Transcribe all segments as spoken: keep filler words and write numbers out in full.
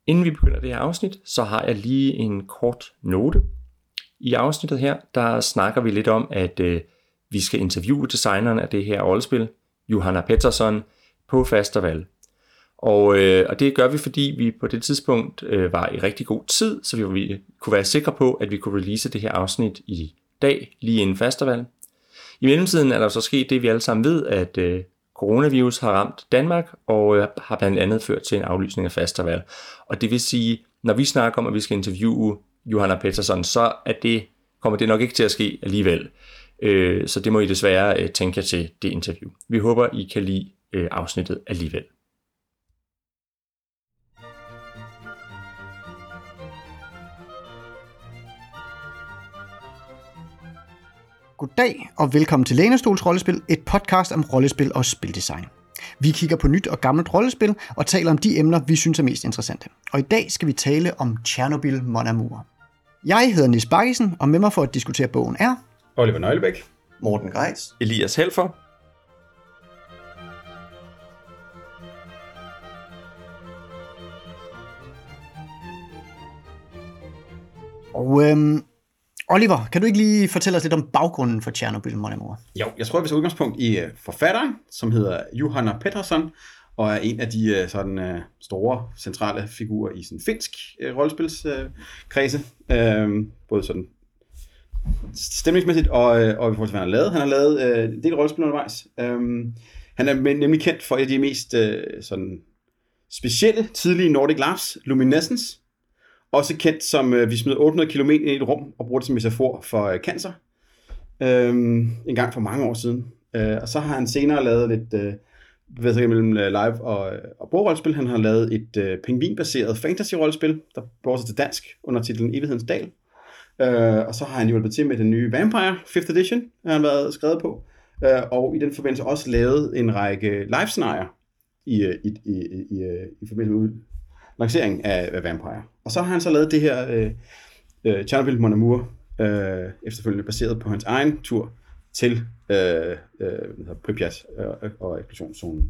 Inden vi begynder det her afsnit, så har jeg lige en kort note. I afsnittet her, der snakker vi lidt om, at øh, vi skal interviewe designeren af det her rollespil, Johanna Pettersson, på Fasterval. Og, øh, og det gør vi, fordi vi på det tidspunkt øh, var i rigtig god tid, så vi, vi kunne være sikre på, at vi kunne release det her afsnit i dag, lige inden Fasterval. I mellemtiden er der så sket det, vi alle sammen ved, at øh, coronavirus har ramt Danmark, og øh, har blandt andet ført til en aflysning af Fasterval. Og det vil sige, når vi snakker om, at vi skal interviewe Johanna Pettersson, så er det, kommer det nok ikke til at ske alligevel. Øh, så det må I desværre øh, tænke jer til det interview. Vi håber, I kan lide øh, afsnittet alligevel. Goddag og velkommen til Lænestols Rollespil, et podcast om rollespil og spildesign. Vi kigger på nyt og gammelt rollespil og taler om de emner, vi synes er mest interessante. Og i dag skal vi tale om Chernobyl Mon Amour. Jeg hedder Nis Bakkesen, og med mig for at diskutere bogen er... Oliver Nøglebæk, Morten Greis, Elias Helfer. Og øhm, Oliver, kan du ikke lige fortælle os lidt om baggrunden for Chernobyl Mon Amour? Jo, jeg tror, vi skal udgangspunkt i uh, forfatteren, som hedder Johanna Pettersson, og er en af de uh, sådan, uh, store centrale figurer i sådan finsk uh, rollespilskredse. Uh, uh, både sådan stemningsmæssigt og, uh, og i forhold til, hvad han har lavet. Han har lavet uh, en del rollespil undervejs. Uh, han er nemlig kendt for et af de mest uh, sådan specielle tidlige Nordic Laughs, Luminescence. Også kendt som, øh, vi smider otte hundrede kilometer ind i et rum og bruger det som metafor for øh, cancer. Øhm, en gang for mange år siden. Øh, og så har han senere lavet lidt øh, bevægelser mellem øh, live og, og bordrollespil. Han har lavet et øh, pingvinbaseret fantasy-rollespil, der bruger sig til dansk under titlen Evighedens Dal. Øh, og så har han hjulpet til med den nye Vampire fifth edition, har han været skrevet på. Øh, og i den forbindelse også lavet en række live-scenarier i, i, i, i, i, i forbindelse med lancering af, af Vampire. Og så har han så lavet det her øh, øh, Chernobyl Mon Amour, øh, efterfølgende baseret på hans egen tur til øh, øh, Pripyat øh, og eksplosionszonen.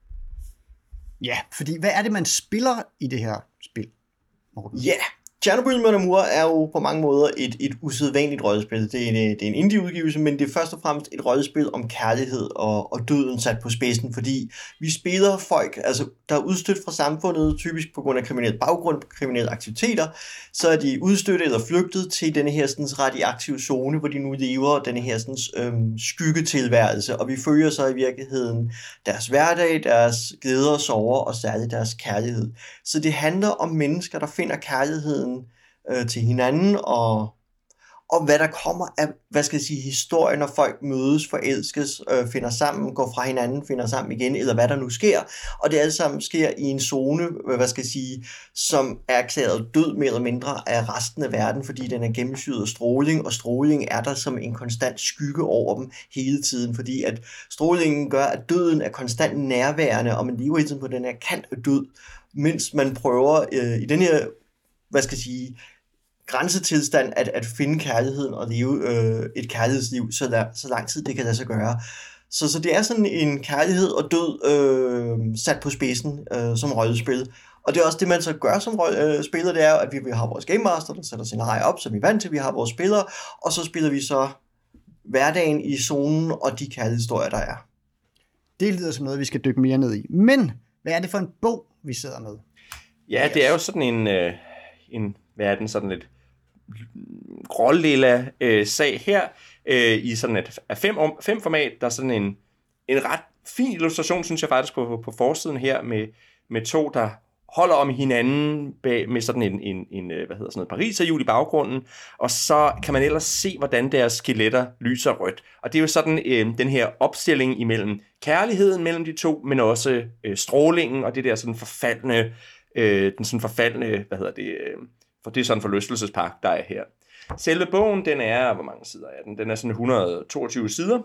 Ja, fordi hvad er det, man spiller i det her spil, Morten? Ja, yeah. Chernobyl Mon Amour er jo på mange måder et, et usædvanligt rollespil. Det er en, det er en indie-udgivelse, men det er først og fremmest et rollespil om kærlighed og, og døden sat på spidsen, fordi vi spiller folk, altså, der er udstødt fra samfundet, typisk på grund af kriminel baggrund, kriminelle aktiviteter, så er de udstødt eller flygtet til denne her sådan, radioaktive zone, hvor de nu lever denne her sådan, øhm, skyggetilværelse, og vi følger så i virkeligheden deres hverdag, deres glæder og sorger, og særligt deres kærlighed. Så det handler om mennesker, der finder kærligheden øh, til hinanden, og, og hvad der kommer af, hvad skal jeg sige, historien, når folk mødes, forelskes, øh, finder sammen, går fra hinanden, finder sammen igen, eller hvad der nu sker, og det alt sammen sker i en zone, hvad skal jeg sige, som er erklæret død mere eller mindre af resten af verden, fordi den er gennemsyret af stråling, og stråling er der som en konstant skygge over dem hele tiden, fordi at strålingen gør, at døden er konstant nærværende, og man lever hele tiden på den her kant af død, mens man prøver øh, i den her, hvad skal jeg sige, grænsetilstand at, at finde kærligheden og leve øh, et kærlighedsliv, så, der, så lang tid det kan lade sig gøre. Så, så det er sådan en kærlighed og død øh, sat på spidsen øh, som rollespil. Og det er også det, man så gør som øh, spiller, det er at vi har vores Game Master, der sætter scenarier op, som vi er vant til, vi har vores spillere, og så spiller vi så hverdagen i zonen og de kærlighedshistorier, der er. Det lyder som noget, vi skal dykke mere ned i. Men hvad er det for en bog, vi sidder med? Ja, det er jo sådan en, øh, en verden, sådan lidt grålilla øh, sag her, øh, i sådan et af fem, fem format. Der er sådan en, en ret fin illustration, synes jeg faktisk, på, på forsiden her, med, med to, der holder om hinanden bag, med sådan en, en, en hvad hedder sådan noget, pariserhjul i baggrunden, og så kan man ellers se, hvordan deres skeletter lyser rødt. Og det er jo sådan øh, den her opstilling imellem kærligheden mellem de to, men også øh, strålingen, og det der sådan forfaldne, øh, den sådan forfaldne, hvad hedder det, øh, for det er sådan en forlystelsespark, der er her. Selve bogen, den er, hvor mange sider er den? Den er sådan et hundrede og toogtyve sider,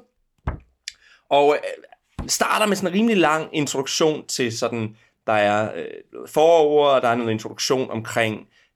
og øh, starter med sådan en rimelig lang introduktion til sådan, der er øh, forord, og der er noget introduktion omkring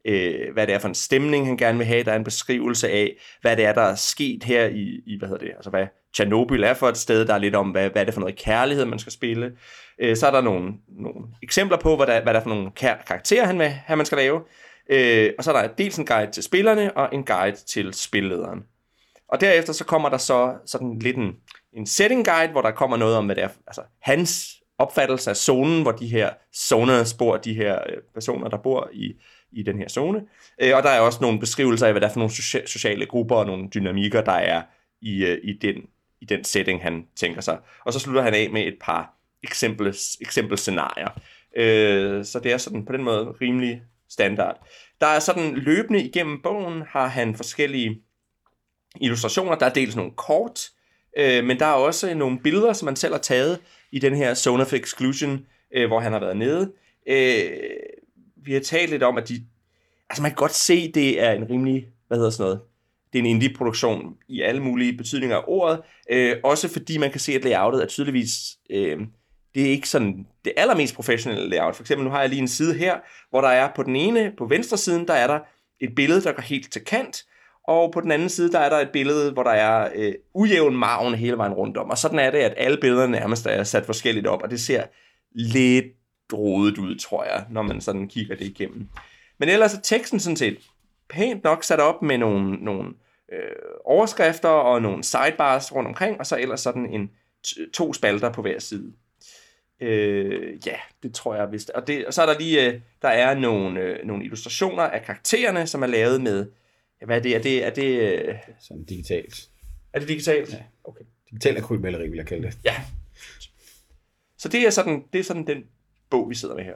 øh, hvad det er for en stemning, han gerne vil have. Der er en beskrivelse af, hvad det er, der er sket her i, i hvad hedder det, altså hvad Tjernobyl er for et sted. Der er lidt om, hvad, hvad er det for noget kærlighed, man skal spille. Øh, så er der nogle, nogle eksempler på, hvad der, hvad der er for nogle karakterer, han vil have, man skal lave. Øh, og så er der dels en guide til spillerne, og en guide til spillederen. Og derefter så kommer der så sådan lidt en, en setting guide, hvor der kommer noget om, hvad det er, altså hans opfattelse af zonen, hvor de her zoners bor, de her personer, der bor i, i den her zone. Og der er også nogle beskrivelser af, hvad der er for nogle sociale grupper og nogle dynamikker, der er i, i, den, i den setting, han tænker sig. Og så slutter han af med et par eksempels, eksempelscenarier. Så det er sådan på den måde rimelig standard. Der er sådan løbende igennem bogen, har han forskellige illustrationer. Der er dels nogle kort, men der er også nogle billeder, som han selv har taget i den her Zone of Exclusion, øh, hvor han har været nede. Øh, vi har talt lidt om, at de... Altså man kan godt se, det er en rimelig... Hvad hedder sådan noget? Det er en indie-produktion i alle mulige betydninger af ordet. Øh, også fordi man kan se, at layoutet er tydeligvis... Øh, det er ikke sådan det allermest professionelle layout. For eksempel, nu har jeg lige en side her, hvor der er på den ene, på venstre siden, der er der et billede, der går helt til kant. Og på den anden side, der er der et billede, hvor der er øh, ujævn margen hele vejen rundt om. Og sådan er det, at alle billederne nærmest er sat forskelligt op, og det ser lidt rodet ud, tror jeg, når man sådan kigger det igennem. Men ellers er teksten sådan set pænt nok sat op med nogle, nogle øh, overskrifter og nogle sidebars rundt omkring, og så ellers sådan en t- to spalter på hver side. Øh, ja, det tror jeg vist. Og, det, og så er der lige, øh, der er nogle, øh, nogle illustrationer af karaktererne, som er lavet med... Hvad er det? Er det, er det øh... sådan digitalt. Er det digitalt? Ja. Okay. Digitalt akrylmaleri, vil jeg kalde det. Ja. Så det er sådan, det er sådan den bog, vi sidder med her.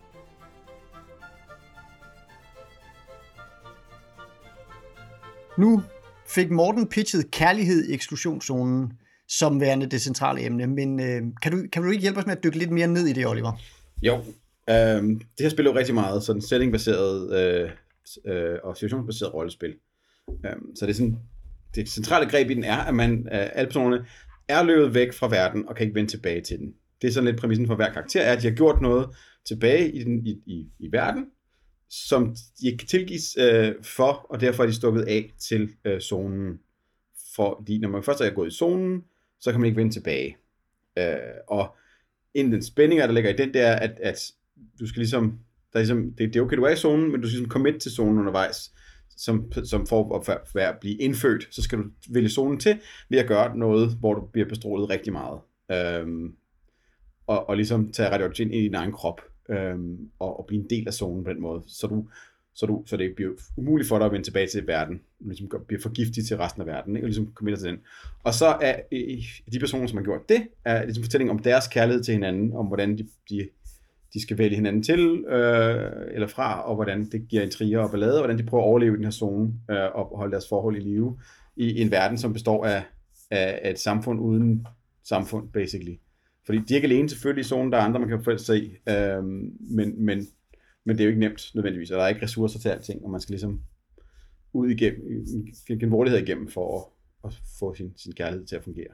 Nu fik Morten pitchet kærlighed i eksklusionszonen som værende det centrale emne, men øh, kan, du, kan du ikke hjælpe os med at dykke lidt mere ned i det, Oliver? Jo. Øh, det her spiller jo rigtig meget sådan setting-baseret øh, øh, og situationsbaseret rollespil. Um, så det er sådan, det centrale greb i den er, at man, uh, alle personerne er løbet væk fra verden og kan ikke vende tilbage til den. Det er sådan lidt præmissen for hver karakter, er, at de har gjort noget tilbage i, den, i, i, i verden, som de ikke kan tilgives uh, for, og derfor er de stukket af til uh, zonen. Fordi når man først er gået i zonen, så kan man ikke vende tilbage. Uh, og en af den spændinger, der ligger i den, det er, at, at du skal ligesom, der er ligesom det, det er okay, du er i zonen, men du skal ligesom komme ind til zonen undervejs. Som, som for at, at blive indfødt, så skal du vælge zonen til ved at gøre noget, hvor du bliver bestrålet rigtig meget. Øhm, og, og ligesom tage radioaktivitet ind i din egen krop, øhm, og, og blive en del af zonen på den måde, så, du, så, du, så det bliver umuligt for dig at vende tilbage til verden, du ligesom bliver forgiftet til resten af verden, ikke? Og ligesom komme ind til den. Og så er de personer, som har gjort det, er ligesom fortælling om deres kærlighed til hinanden, om hvordan de, de de skal vælge hinanden til øh, eller fra, og hvordan det giver intriger og ballade, og hvordan de prøver at overleve i den her zone øh, og holde deres forhold i live i en verden, som består af, af, af et samfund uden samfund, basically. Fordi de er ikke alene selvfølgelig i zonen, der er andre, man kan forfølge sig i, øh, men, men, men det er jo ikke nemt nødvendigvis, og der er ikke ressourcer til alting, og man skal ligesom ud igennem, finde vorlighed igennem for at, at få sin, sin kærlighed til at fungere.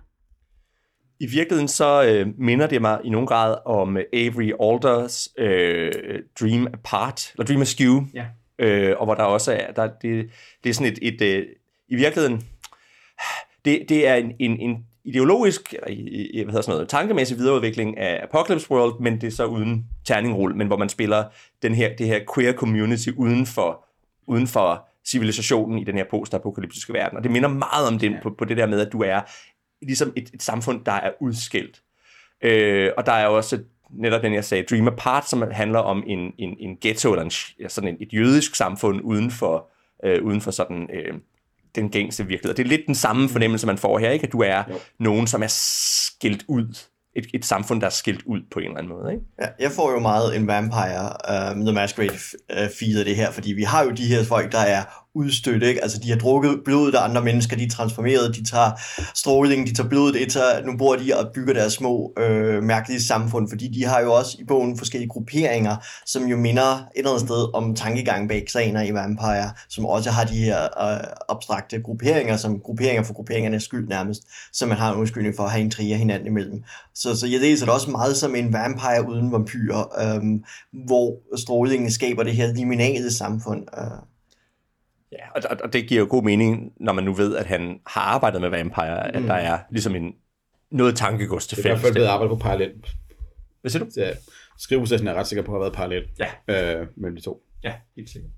I virkeligheden så øh, minder det mig i nogen grad om Avery Alders øh, Dream Apart, eller Dream Askew, ja. øh, og hvor der også er, der, det, det er sådan et, et øh, i virkeligheden, det, det er en, en, en ideologisk, hvad hedder sådan noget, tankemæssig videreudvikling af Apocalypse World, men det er så uden terningrulle, men hvor man spiller den her, det her queer community uden for, uden for civilisationen i den her post-apokalyptiske verden, og det minder meget om det, ja. på, på det der med, at du er ligesom et, et samfund, der er udskilt. Øh, og der er også netop den, jeg sagde, Dream Apart, som handler om en, en, en ghetto, eller en, sådan en, et jødisk samfund uden for, øh, uden for sådan, øh, den gængse virkelighed. Det er lidt den samme fornemmelse, man får her, ikke? At du er jo. nogen, som er skilt ud. Et, et samfund, der er skilt ud på en eller anden måde. Ikke? Ja, jeg får jo meget en Vampire uh, The Masquerade feed af det her, fordi vi har jo de her folk, der er udstødt, ikke? Altså, de har drukket blodet af andre mennesker, de er transformeret, de tager stråling, de tager blodet, et tager, nu bor de og bygger deres små øh, mærkelige samfund, fordi de har jo også i bogen forskellige grupperinger, som jo minder et eller andet sted om tankegangen bag klaner i Vampire, som også har de her øh, abstrakte grupperinger, som grupperinger for grupperingernes skyld nærmest, som man har en undskyldning for at have intriger hinanden imellem. Så, så jeg læser det også meget som en vampire uden vampyrer, øh, hvor strålingen skaber det her liminale samfund. Øh. Ja, og, og det giver jo god mening, når man nu ved, at han har arbejdet med Vampire, at mm. der er ligesom en, noget tankegods til fælles. Det er i hvert fald blevet arbejdet på parallelt. Hvad siger du? Ja, skriveprocessen er ret sikker på at have været parallelt ja. øh, mellem de to. Ja, helt sikkert.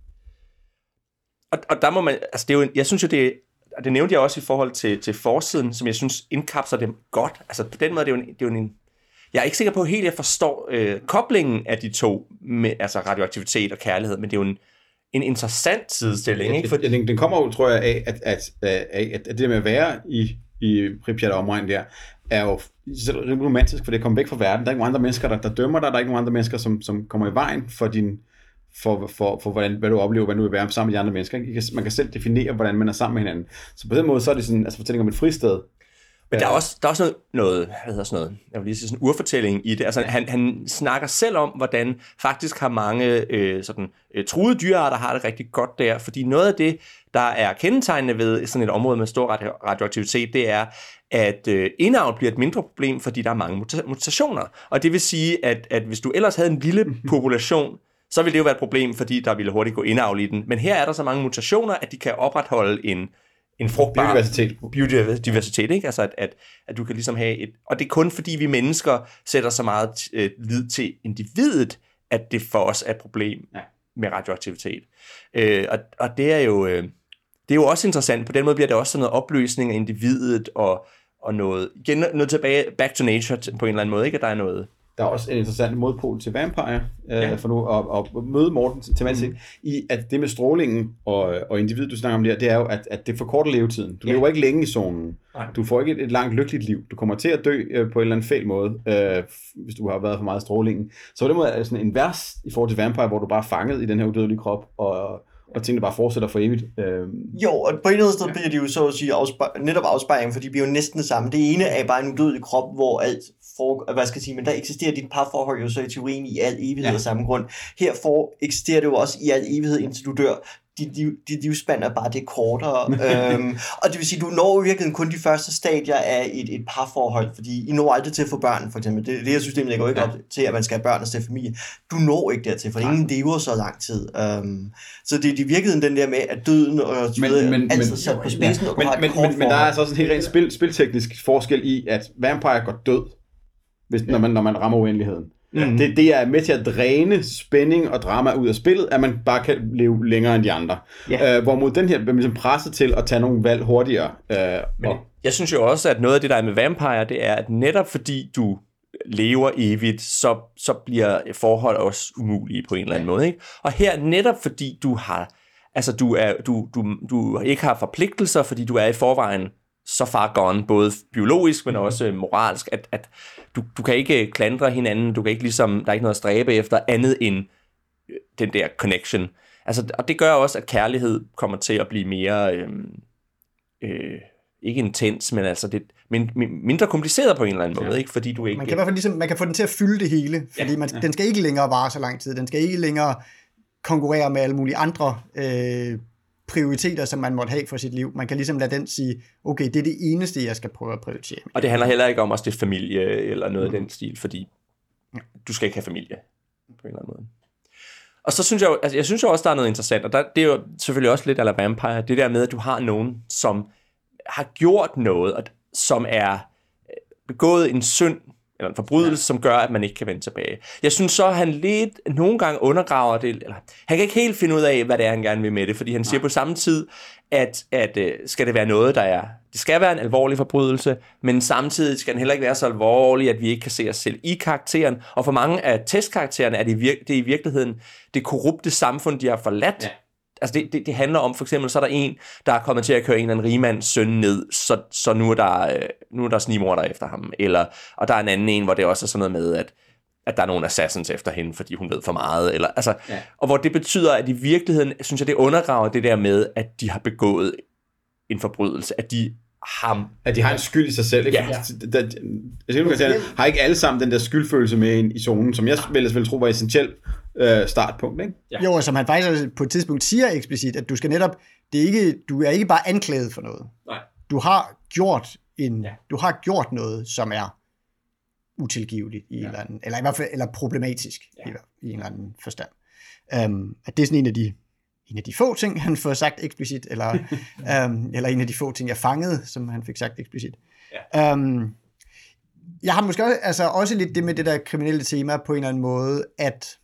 Og, og der må man, altså det er jo, jeg synes jo, det, og det nævnte jeg også i forhold til, til forsiden, som jeg synes indkapsler dem godt. Altså på den måde, det er jo en, det er jo en jeg er ikke sikker på helt, at jeg forstår øh, koblingen af de to, med, altså radioaktivitet og kærlighed, men det er jo en en interessant sidestilling, ikke? For... Den, den kommer jo, tror jeg, af, at, at, at, at, at det med at være i, i Pripyat omegn der, er jo selv rimelig romantisk, for det kommer væk fra verden. Der er ikke nogen andre mennesker, der, der dømmer dig. Der er ikke nogen andre mennesker, som, som kommer i vejen for, din, for, for, for hvordan, hvad du oplever, hvad du vil være sammen med de andre mennesker. Ikke? Man kan selv definere, hvordan man er sammen med hinanden. Så på den måde, så er det sådan, altså fortælling om et fristed. Men der er også, der er også noget, noget, hvad hedder sådan noget, jeg vil lige sige sådan en urfortælling i det. Altså han, han snakker selv om, hvordan faktisk har mange øh, sådan, øh, truede dyrearter har det rigtig godt der, fordi noget af det, der er kendetegnende ved sådan et område med stor radioaktivitet, det er, at øh, indavl bliver et mindre problem, fordi der er mange muta- mutationer. Og det vil sige, at, at hvis du ellers havde en lille population, så ville det jo være et problem, fordi der ville hurtigt gå indavl i den. Men her er der så mange mutationer, at de kan opretholde en en frugtbar biodiversitet, biodiversitet ikke? Altså at, at, at du kan ligesom have et, og det er kun fordi vi mennesker sætter så meget øh, lid til individet, at det for os er et problem ja. med radioaktivitet. Øh, og, og det er jo øh, det er jo også interessant. På den måde bliver det også sådan noget opløsning af individet og, og noget, igen noget tilbage, back to nature på en eller anden måde, ikke? At der er noget. Der er også en interessant modpol til Vampire, ja. øh, for nu at, at møde Morten til mm. i, at det med strålingen og, og individet, du snakker om der, det er jo, at, at det forkorter levetiden. Du ja. lever ikke længe i zonen. Nej. Du får ikke et, et langt lykkeligt liv. Du kommer til at dø øh, på en eller anden fæl måde, øh, hvis du har været for meget strålingen. Så på den måde er det sådan en vers i forhold til Vampire, hvor du bare er fanget i den her udødelige krop, og og tingene bare fortsætter for evigt. Øhm. Jo, og på en eller anden sted bliver de jo så at sige afspej- netop afspejring, for de bliver jo næsten det samme. Det ene er bare en udødelig krop, hvor alt for, hvad skal jeg sige, men der eksisterer dit parforhold jo så i teorien i al evighed ja. af samme grund. Her for eksisterer det jo også i al evighed, indtil du dør. Dit liv, dit livsspand er bare det kortere. øhm, og det vil sige, du når i virkeligheden kun de første stadier af et, et parforhold, fordi I når aldrig til at få børn, for eksempel. Det, det her system lægger jo ikke ja. op til, at man skal have børn og stifte familie. Du når ikke dertil, for ja. ingen lever så lang tid. Um, så det er i virkeligheden den der med, at døden og men, men, altid sat på spidsen, og du men, har et men, kort men, men der er altså også en helt rent spil, spilteknisk forskel i, at Vampire går død, hvis, ja. når, man, når man rammer uendeligheden. Ja. Det, det er med til at dræne spænding og drama ud af spillet, at man bare kan leve længere end de andre. Ja. Øh, hvorimod den her bliver ligesom presset til at tage nogle valg hurtigere. Øh, Men jeg synes jo også, at noget af det, der er med Vampire, det er, at netop fordi du lever evigt, så, så bliver forhold også umulige på en eller anden måde. Ikke? Og her netop fordi du har, altså du, er, du, du, du ikke har forpligtelser, fordi du er i forvejen så far gone, både biologisk, men også moralsk, at, at du, du kan ikke klandre hinanden, du kan ikke ligesom, der er ikke noget at stræbe efter andet end den der connection. Altså, og det gør også, at kærlighed kommer til at blive mere, øh, øh, ikke intens, men altså det, men, mindre kompliceret på en eller anden måde, ja. ikke? Fordi du ikke... Man kan i hvert fald ligesom, man kan få den til at fylde det hele, fordi ja. man, ja. den skal ikke længere vare så lang tid, den skal ikke længere konkurrere med alle mulige andre øh, prioriteter, som man måtte have for sit liv. Man kan ligesom lade den sige, okay, det er det eneste, jeg skal prøve at prioritere. Og det handler heller ikke om at stifte familie eller noget mm. af den stil, fordi du skal ikke have familie på en eller anden måde. Og så synes jeg jo, altså jeg synes jo også, der er noget interessant, og der, det er jo selvfølgelig også lidt ala Vampire, det der med, at du har nogen, som har gjort noget, og som er begået en synd, eller en forbrydelse, ja. som gør, at man ikke kan vende tilbage. Jeg synes så, at han lidt nogle gange undergraver det, eller han kan ikke helt finde ud af, hvad det er, han gerne vil med det, fordi han siger Nej. på samme tid, at, at uh, skal det være noget, der er, det skal være en alvorlig forbrydelse, men samtidig skal den heller ikke være så alvorlig, at vi ikke kan se os selv i karakteren, og for mange af testkaraktererne er det, vir- det er i virkeligheden det korrupte samfund, de har forladt. Ja. Altså det, det, det handler om, for eksempel, så er der en, der er kommet til at køre en eller anden rigmands søn ned, så, så nu er der, nu er der snigmorder efter ham. Eller, og der er en anden en, hvor det også er sådan noget med, at, at der er nogle assassins efter hende, fordi hun ved for meget. Eller, altså, Ja. Og hvor det betyder, at i virkeligheden, synes jeg, det undergraver det der med, at de har begået en forbrydelse, at de har... At de har en skyld i sig selv. Ikke? Ja. Der, der, jeg synes, man kan sige, har ikke alle sammen den der skyldfølelse med ind i zonen, som jeg vel, vel tror var essentielt øh, startpunkt. Ikke? Ja. Jo, og som han faktisk på et tidspunkt siger eksplicit, at du skal netop, det er ikke, du er ikke bare anklaget for noget. Nej. Du har gjort en, Ja. du har gjort noget, som er utilgiveligt i ja. en eller anden, eller i hvert fald eller problematisk ja. i, i en eller anden forstand. Um, at det er sådan en af de en af de få ting, han får sagt eksplicit, eller, um, eller en af de få ting, jeg fangede, som han fik sagt eksplicit. Ja. Um, jeg har måske også, altså også lidt det med det der kriminelle tema på en eller anden måde, at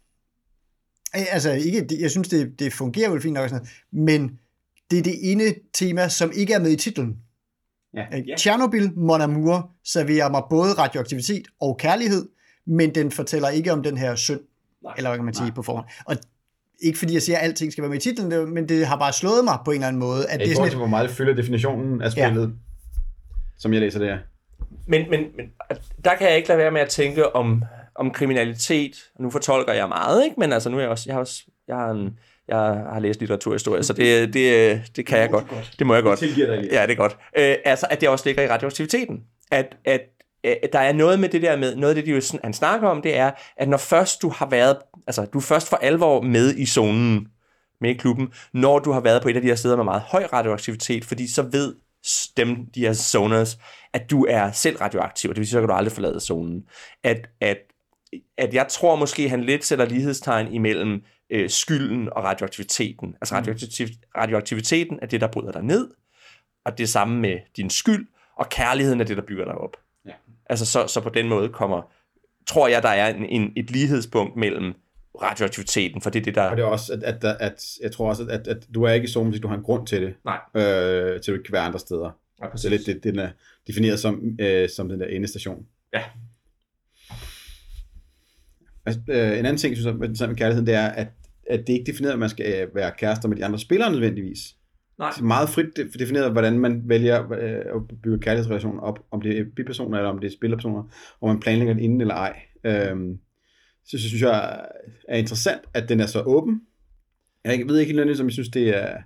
altså ikke, jeg synes, det, det fungerer jo fint nok, sådan noget, men det er det ene tema, som ikke er med i titlen. Ja. Ja. Chernobyl, Mon Amour, serverer mig både radioaktivitet og kærlighed, men den fortæller ikke om den her synd, Nej. eller hvad kan man sige Nej. på forhånd. Og ikke fordi jeg siger, at alting skal være med i titlen, men det har bare slået mig på en eller anden måde. At ja, det i forhold til, hvor meget det fylder definitionen af spillet, ja. som jeg læser det her. Men, men, men der kan jeg ikke lade være med at tænke om, om kriminalitet. Nu fortolker jeg meget, ikke? Men altså nu er jeg også, jeg har også, jeg har en, jeg har læst litteraturhistorie, så det, det, det kan jeg godt. Det må jeg godt. Det tilgiver dig lige. Ja, det er godt. Øh, altså, at det også ligger i radioaktiviteten. At, at, at der er noget med det der med, noget af det, de jo, han snakker om, det er, at når først du har været, altså du er først for alvor med i zonen, med i klubben, når du har været på et af de her steder med meget høj radioaktivitet, fordi så ved dem, de her zoners, at du er selv radioaktiv, og det vil sige, så kan du aldrig forlade zonen. At, at, at jeg tror måske, han lidt sætter lighedstegn imellem øh, skylden og radioaktiviteten. Altså radioaktiv, radioaktiviteten er det, der bryder dig ned, og det samme med din skyld, og kærligheden er det, der bygger dig op. Ja. Altså så, så på den måde kommer, tror jeg, der er en, en, et lighedspunkt mellem radioaktiviteten, for det er det, der... Og det er også, at, at, at jeg tror også, at, at du er ikke i zonen, hvis du har en grund til det. Nej. Øh, til du ikke kan være andre steder. Ja, det er lidt det, den er defineret som, øh, som den der endestation. Ja. Altså, øh, en anden ting, synes jeg, med, med kærligheden, det er, at, at det ikke definerer, at man skal være kærester med de andre spillere nødvendigvis. Nej. Det er meget frit defineret, hvordan man vælger øh, at bygge kærlighedsrelationer op, om det er bipersoner, eller om det er spillerpersoner, om man planlægger det inden eller ej. Øhm, så synes jeg er interessant, at den er så åben. Jeg ved ikke helt nødvendigt, som jeg synes, det er...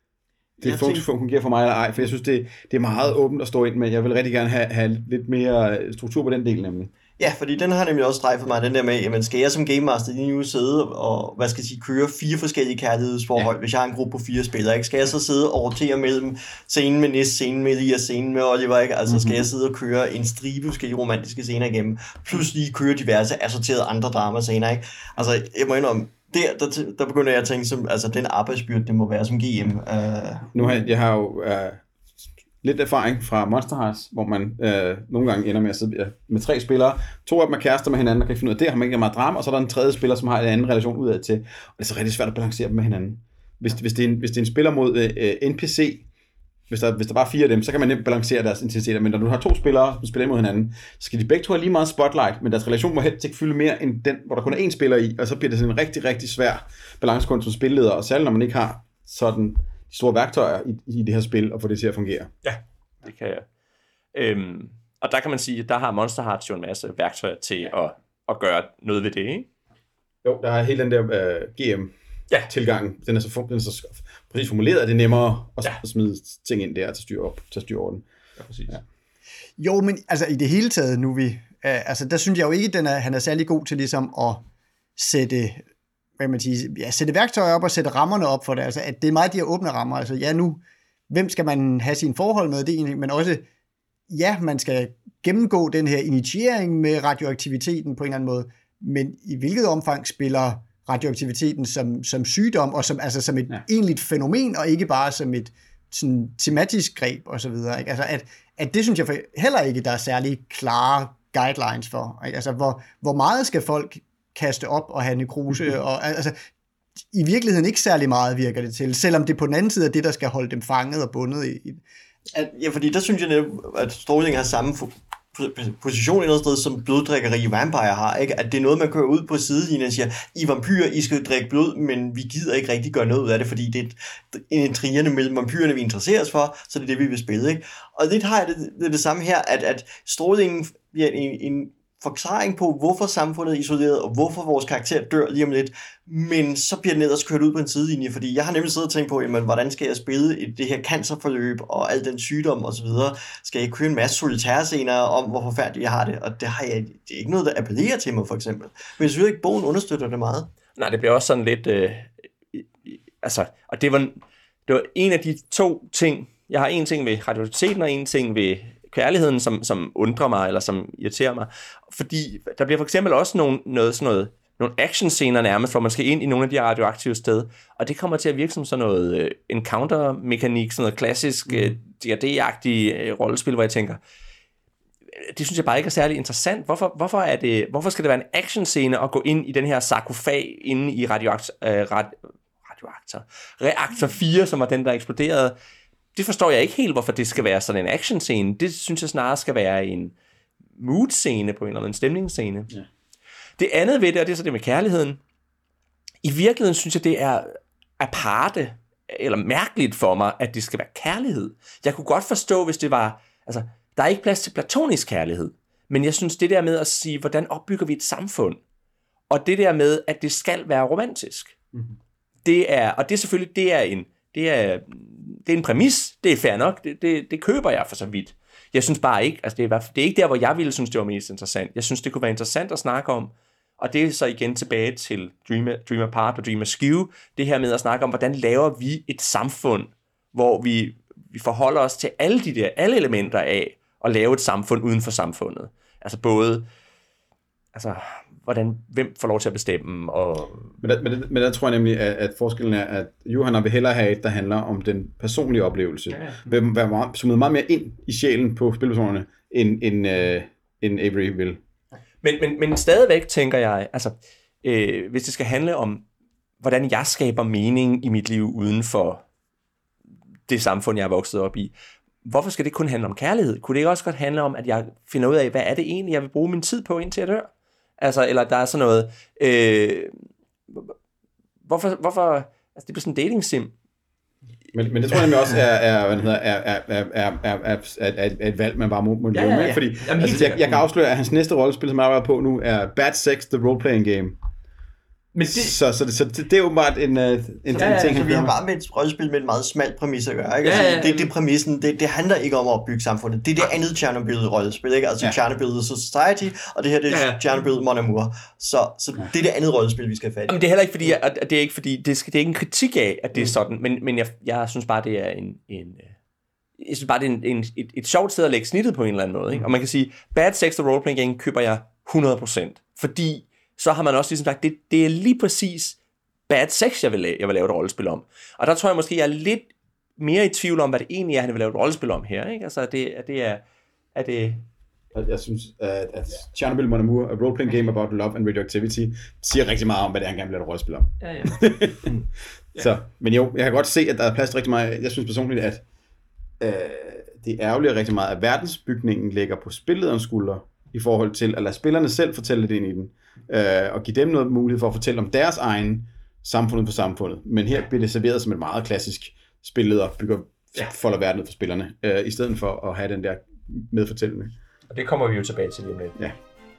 Det er tænkt... fungerer for mig eller ej, for jeg synes, det, det er meget åbent at stå ind med. Jeg vil rigtig gerne have, have lidt mere struktur på den del, nemlig. Ja, fordi den har nemlig også strejfet mig, den der med, jamen skal jeg som Game Master lige nu sidde og, hvad skal jeg sige, køre fire forskellige kærlighedsforhold, ja. Hvis jeg har en gruppe på fire spillere, ikke? Skal jeg så sidde og rotere mellem scenen med Nis, scenen med Elias, scenen med Oliver, ikke? Altså skal jeg sidde og køre en stribe forskellige romantiske scener igennem, plus lige køre diverse assorterede andre dramascener, ikke? Altså, jeg må indrømme, Der, der, der begynder jeg at tænke, som, altså den arbejdsbyrde, det må være som G M. Uh... Nu har jeg, jeg har jo uh, lidt erfaring fra Monster Hearts, hvor man uh, nogle gange ender med at sidde uh, med tre spillere. To af dem er kærester med hinanden, og kan finde ud af det, har man ikke meget drama, og så er der en tredje spiller, som har en anden relation udad til. Og det er så rigtig svært at balancere dem med hinanden. Hvis, hvis, det, er en, hvis det er en spiller mod uh, N P C, hvis der, hvis der bare er fire af dem, så kan man nemt balancere deres intensiteter. Men når du har to spillere, som spiller mod hinanden, så skal de begge to have lige meget spotlight, men deres relation må helst ikke fylde mere end den, hvor der kun er én spiller i, og så bliver det sådan en rigtig, rigtig svær balancekunst som spilleder, og særligt når man ikke har sådan de store værktøjer i, i det her spil, og få det til at fungere. Ja, det kan jeg. Øhm, og der kan man sige, at der har Monster Hearts jo en masse værktøjer til at, at gøre noget ved det, ikke? Jo, der er hele den der uh, G M ja. tilgang, den er, så, den er så præcis formuleret, at det er nemmere at, ja. at smide ting ind der til styr op, til styr over den. Ja, præcis. Ja. Jo, men altså i det hele taget nu, vi, øh, altså der synes jeg jo ikke, den er, han er særlig god til ligesom at sætte, hvad man siger, ja, sætte værktøjer op og sætte rammerne op for det, altså at det er meget de her åbne rammer, altså ja nu, hvem skal man have sin forhold med, det egentlig, men også, ja, man skal gennemgå den her initiering med radioaktiviteten på en eller anden måde, men i hvilket omfang spiller radioaktiviteten som, som sygdom, og som, altså som et ja. egentligt fænomen, og ikke bare som et sådan, tematisk greb, og så videre. Ikke? Altså, at, at det synes jeg heller ikke, der er særlig klare guidelines for. Ikke? Altså, hvor, hvor meget skal folk kaste op og have nekrose, og altså, i virkeligheden ikke særlig meget virker det til, selvom det på den anden side er det, der skal holde dem fanget og bundet i. At, ja, fordi der synes jeg netop, at stråling har samme position et eller andet sted, som bloddrikkeri i Vampire har, ikke? At det er noget, man kører ud på sidelinjen og siger, I vampyrer, I skal drikke blod, men vi gider ikke rigtig gøre noget ud af det, fordi det er en intrigerne mellem vampyrerne, vi interesserer os for, så det er det, vi vil spille, ikke? Og det har jeg det, det, det samme her, at, at strålingen bliver en, en forklaring på, hvorfor samfundet er isoleret, og hvorfor vores karakter dør lige om lidt, men så bliver den ellers kørt ud på en sidelinje, fordi jeg har nemlig siddet og tænkt på, jamen, hvordan skal jeg spille et, det her cancerforløb, og al den sygdom og så videre, skal jeg køre en masse solitærscener om, hvor forfærdeligt jeg har det, og det, har jeg, det er ikke noget, der appellerer til mig, for eksempel. Men jeg synes ikke, bogen understøtter det meget. Nej, det bliver også sådan lidt, øh, altså, og det var, det var en af de to ting, jeg har en ting ved radioaktiviteten, og en ting ved kærligheden, som, som undrer mig, eller som irriterer mig. Fordi der bliver for eksempel også nogle, noget, sådan noget, nogle actionscener nærmest, hvor man skal ind i nogle af de radioaktive steder, og det kommer til at virke som sådan noget uh, encounter-mekanik, sådan noget klassisk uh, D og D-agtig uh, rollespil, hvor jeg tænker, det synes jeg bare ikke er særlig interessant. Hvorfor, hvorfor, er det, hvorfor skal det være en actionscene at gå ind i den her sarkofag inde i radioakt, uh, rad, radioaktor, reaktor fire, som var den, der eksploderede? Det forstår jeg ikke helt, hvorfor det skal være sådan en actionscene. Det synes jeg snarere skal være en mood-scene på en eller anden stemningsscene. Ja. Det andet ved det, og det er så det med kærligheden. I virkeligheden synes jeg, det er aparte, eller mærkeligt for mig, at det skal være kærlighed. Jeg kunne godt forstå, hvis det var, altså, der er ikke plads til platonisk kærlighed, men jeg synes, det der med at sige, hvordan opbygger vi et samfund, og det der med, at det skal være romantisk, mm-hmm. det er, og det er selvfølgelig, det er en, det er, det er en præmis, det er fair nok, det, det, det køber jeg for så vidt. Jeg synes bare ikke, altså det er, det er ikke der, hvor jeg ville synes, det var mest interessant. Jeg synes, det kunne være interessant at snakke om, og det er så igen tilbage til Dream, Dream Apart og Dream Askew, det her med at snakke om, hvordan laver vi et samfund, hvor vi, vi forholder os til alle de der, alle elementer af at lave et samfund uden for samfundet. Altså både, altså, hvordan, hvem får lov til at bestemme, og... Men der, men der, men der tror jeg nemlig, at, at forskellen er, at Johanna vil hellere have et, der handler om den personlige oplevelse. Ja, ja. Vil være meget, summet meget mere ind i sjælen på spilpersonerne, end, end, øh, end Avery vil. Men, men, men stadigvæk tænker jeg, altså, øh, hvis det skal handle om, hvordan jeg skaber mening i mit liv uden for det samfund, jeg er vokset op i, hvorfor skal det kun handle om kærlighed? Kunne det ikke også godt handle om, at jeg finder ud af, hvad er det egentlig, jeg vil bruge min tid på, indtil jeg dør? Altså, eller der er sådan noget, øh, hvorfor, hvorfor, altså det bliver sådan en dating sim. Men, men det tror jeg nemlig også er, er, hvad hedder, er, er, er, er, er, er, er et valg, man bare må, må leve ja, ja, ja. med. Fordi altså, jeg, jeg kan afsløre, at hans næste rollespil, som jeg arbejder på nu, er Bad Sex, The Role-Playing Game. Men det, så, så, det, så det, det er jo bare en, en, en, ja, ja, ting, så vi har bare med et rollespil med et meget smalt præmis at gøre, ikke? Ja, Altså, ja, ja. det, det præmissen, det, det handler ikke om at opbygge samfundet. Det er det andet Chernobyl-rollespil, ikke? Altså ja. Chernobyl Society, og det her det er ja, ja. Chernobyl Mon Amour. Så, så det er det andet rollespil, vi skal have fat i. Men det er heller ikke fordi, at det er ikke fordi, det, skal, det er ikke en kritik af, at det er sådan, men, men jeg, jeg synes bare, det er en, en jeg synes bare, det er en, en, et, et sjovt sted at lægge snittet på en eller anden måde, ikke? Og man kan sige, Bad Sex og Roleplaying Game køber jeg hundrede procent, fordi så har man også ligesom sagt, det, det er lige præcis Bad Sex, jeg vil, lave, jeg vil lave et rollespil om. Og der tror jeg måske, jeg er lidt mere i tvivl om, hvad det egentlig er, han vil lave et rollespil om her, ikke? Altså, det, er, det er... er det... Jeg, jeg synes, at, at Chernobyl Mon Amour, a role-playing game about love and radioactivity, siger rigtig meget om, hvad det er, han gerne vil lave et rollespil om. Ja, ja. mm. Så, men jo, jeg kan godt se, at der er plads til rigtig meget. Jeg synes personligt, at øh, det ærgerlige rigtig meget, at verdensbygningen ligger på spillederens skuldre, i forhold til at lade spillerne selv fortælle det ind i den, øh, og give dem noget mulighed for at fortælle om deres egen samfundet på samfundet. Men her bliver det serveret som et meget klassisk spilleder, bygger, ja. folder verden ud for spillerne, øh, i stedet for at have den der medfortællende. Og det kommer vi jo tilbage til lige om lidt. Ja.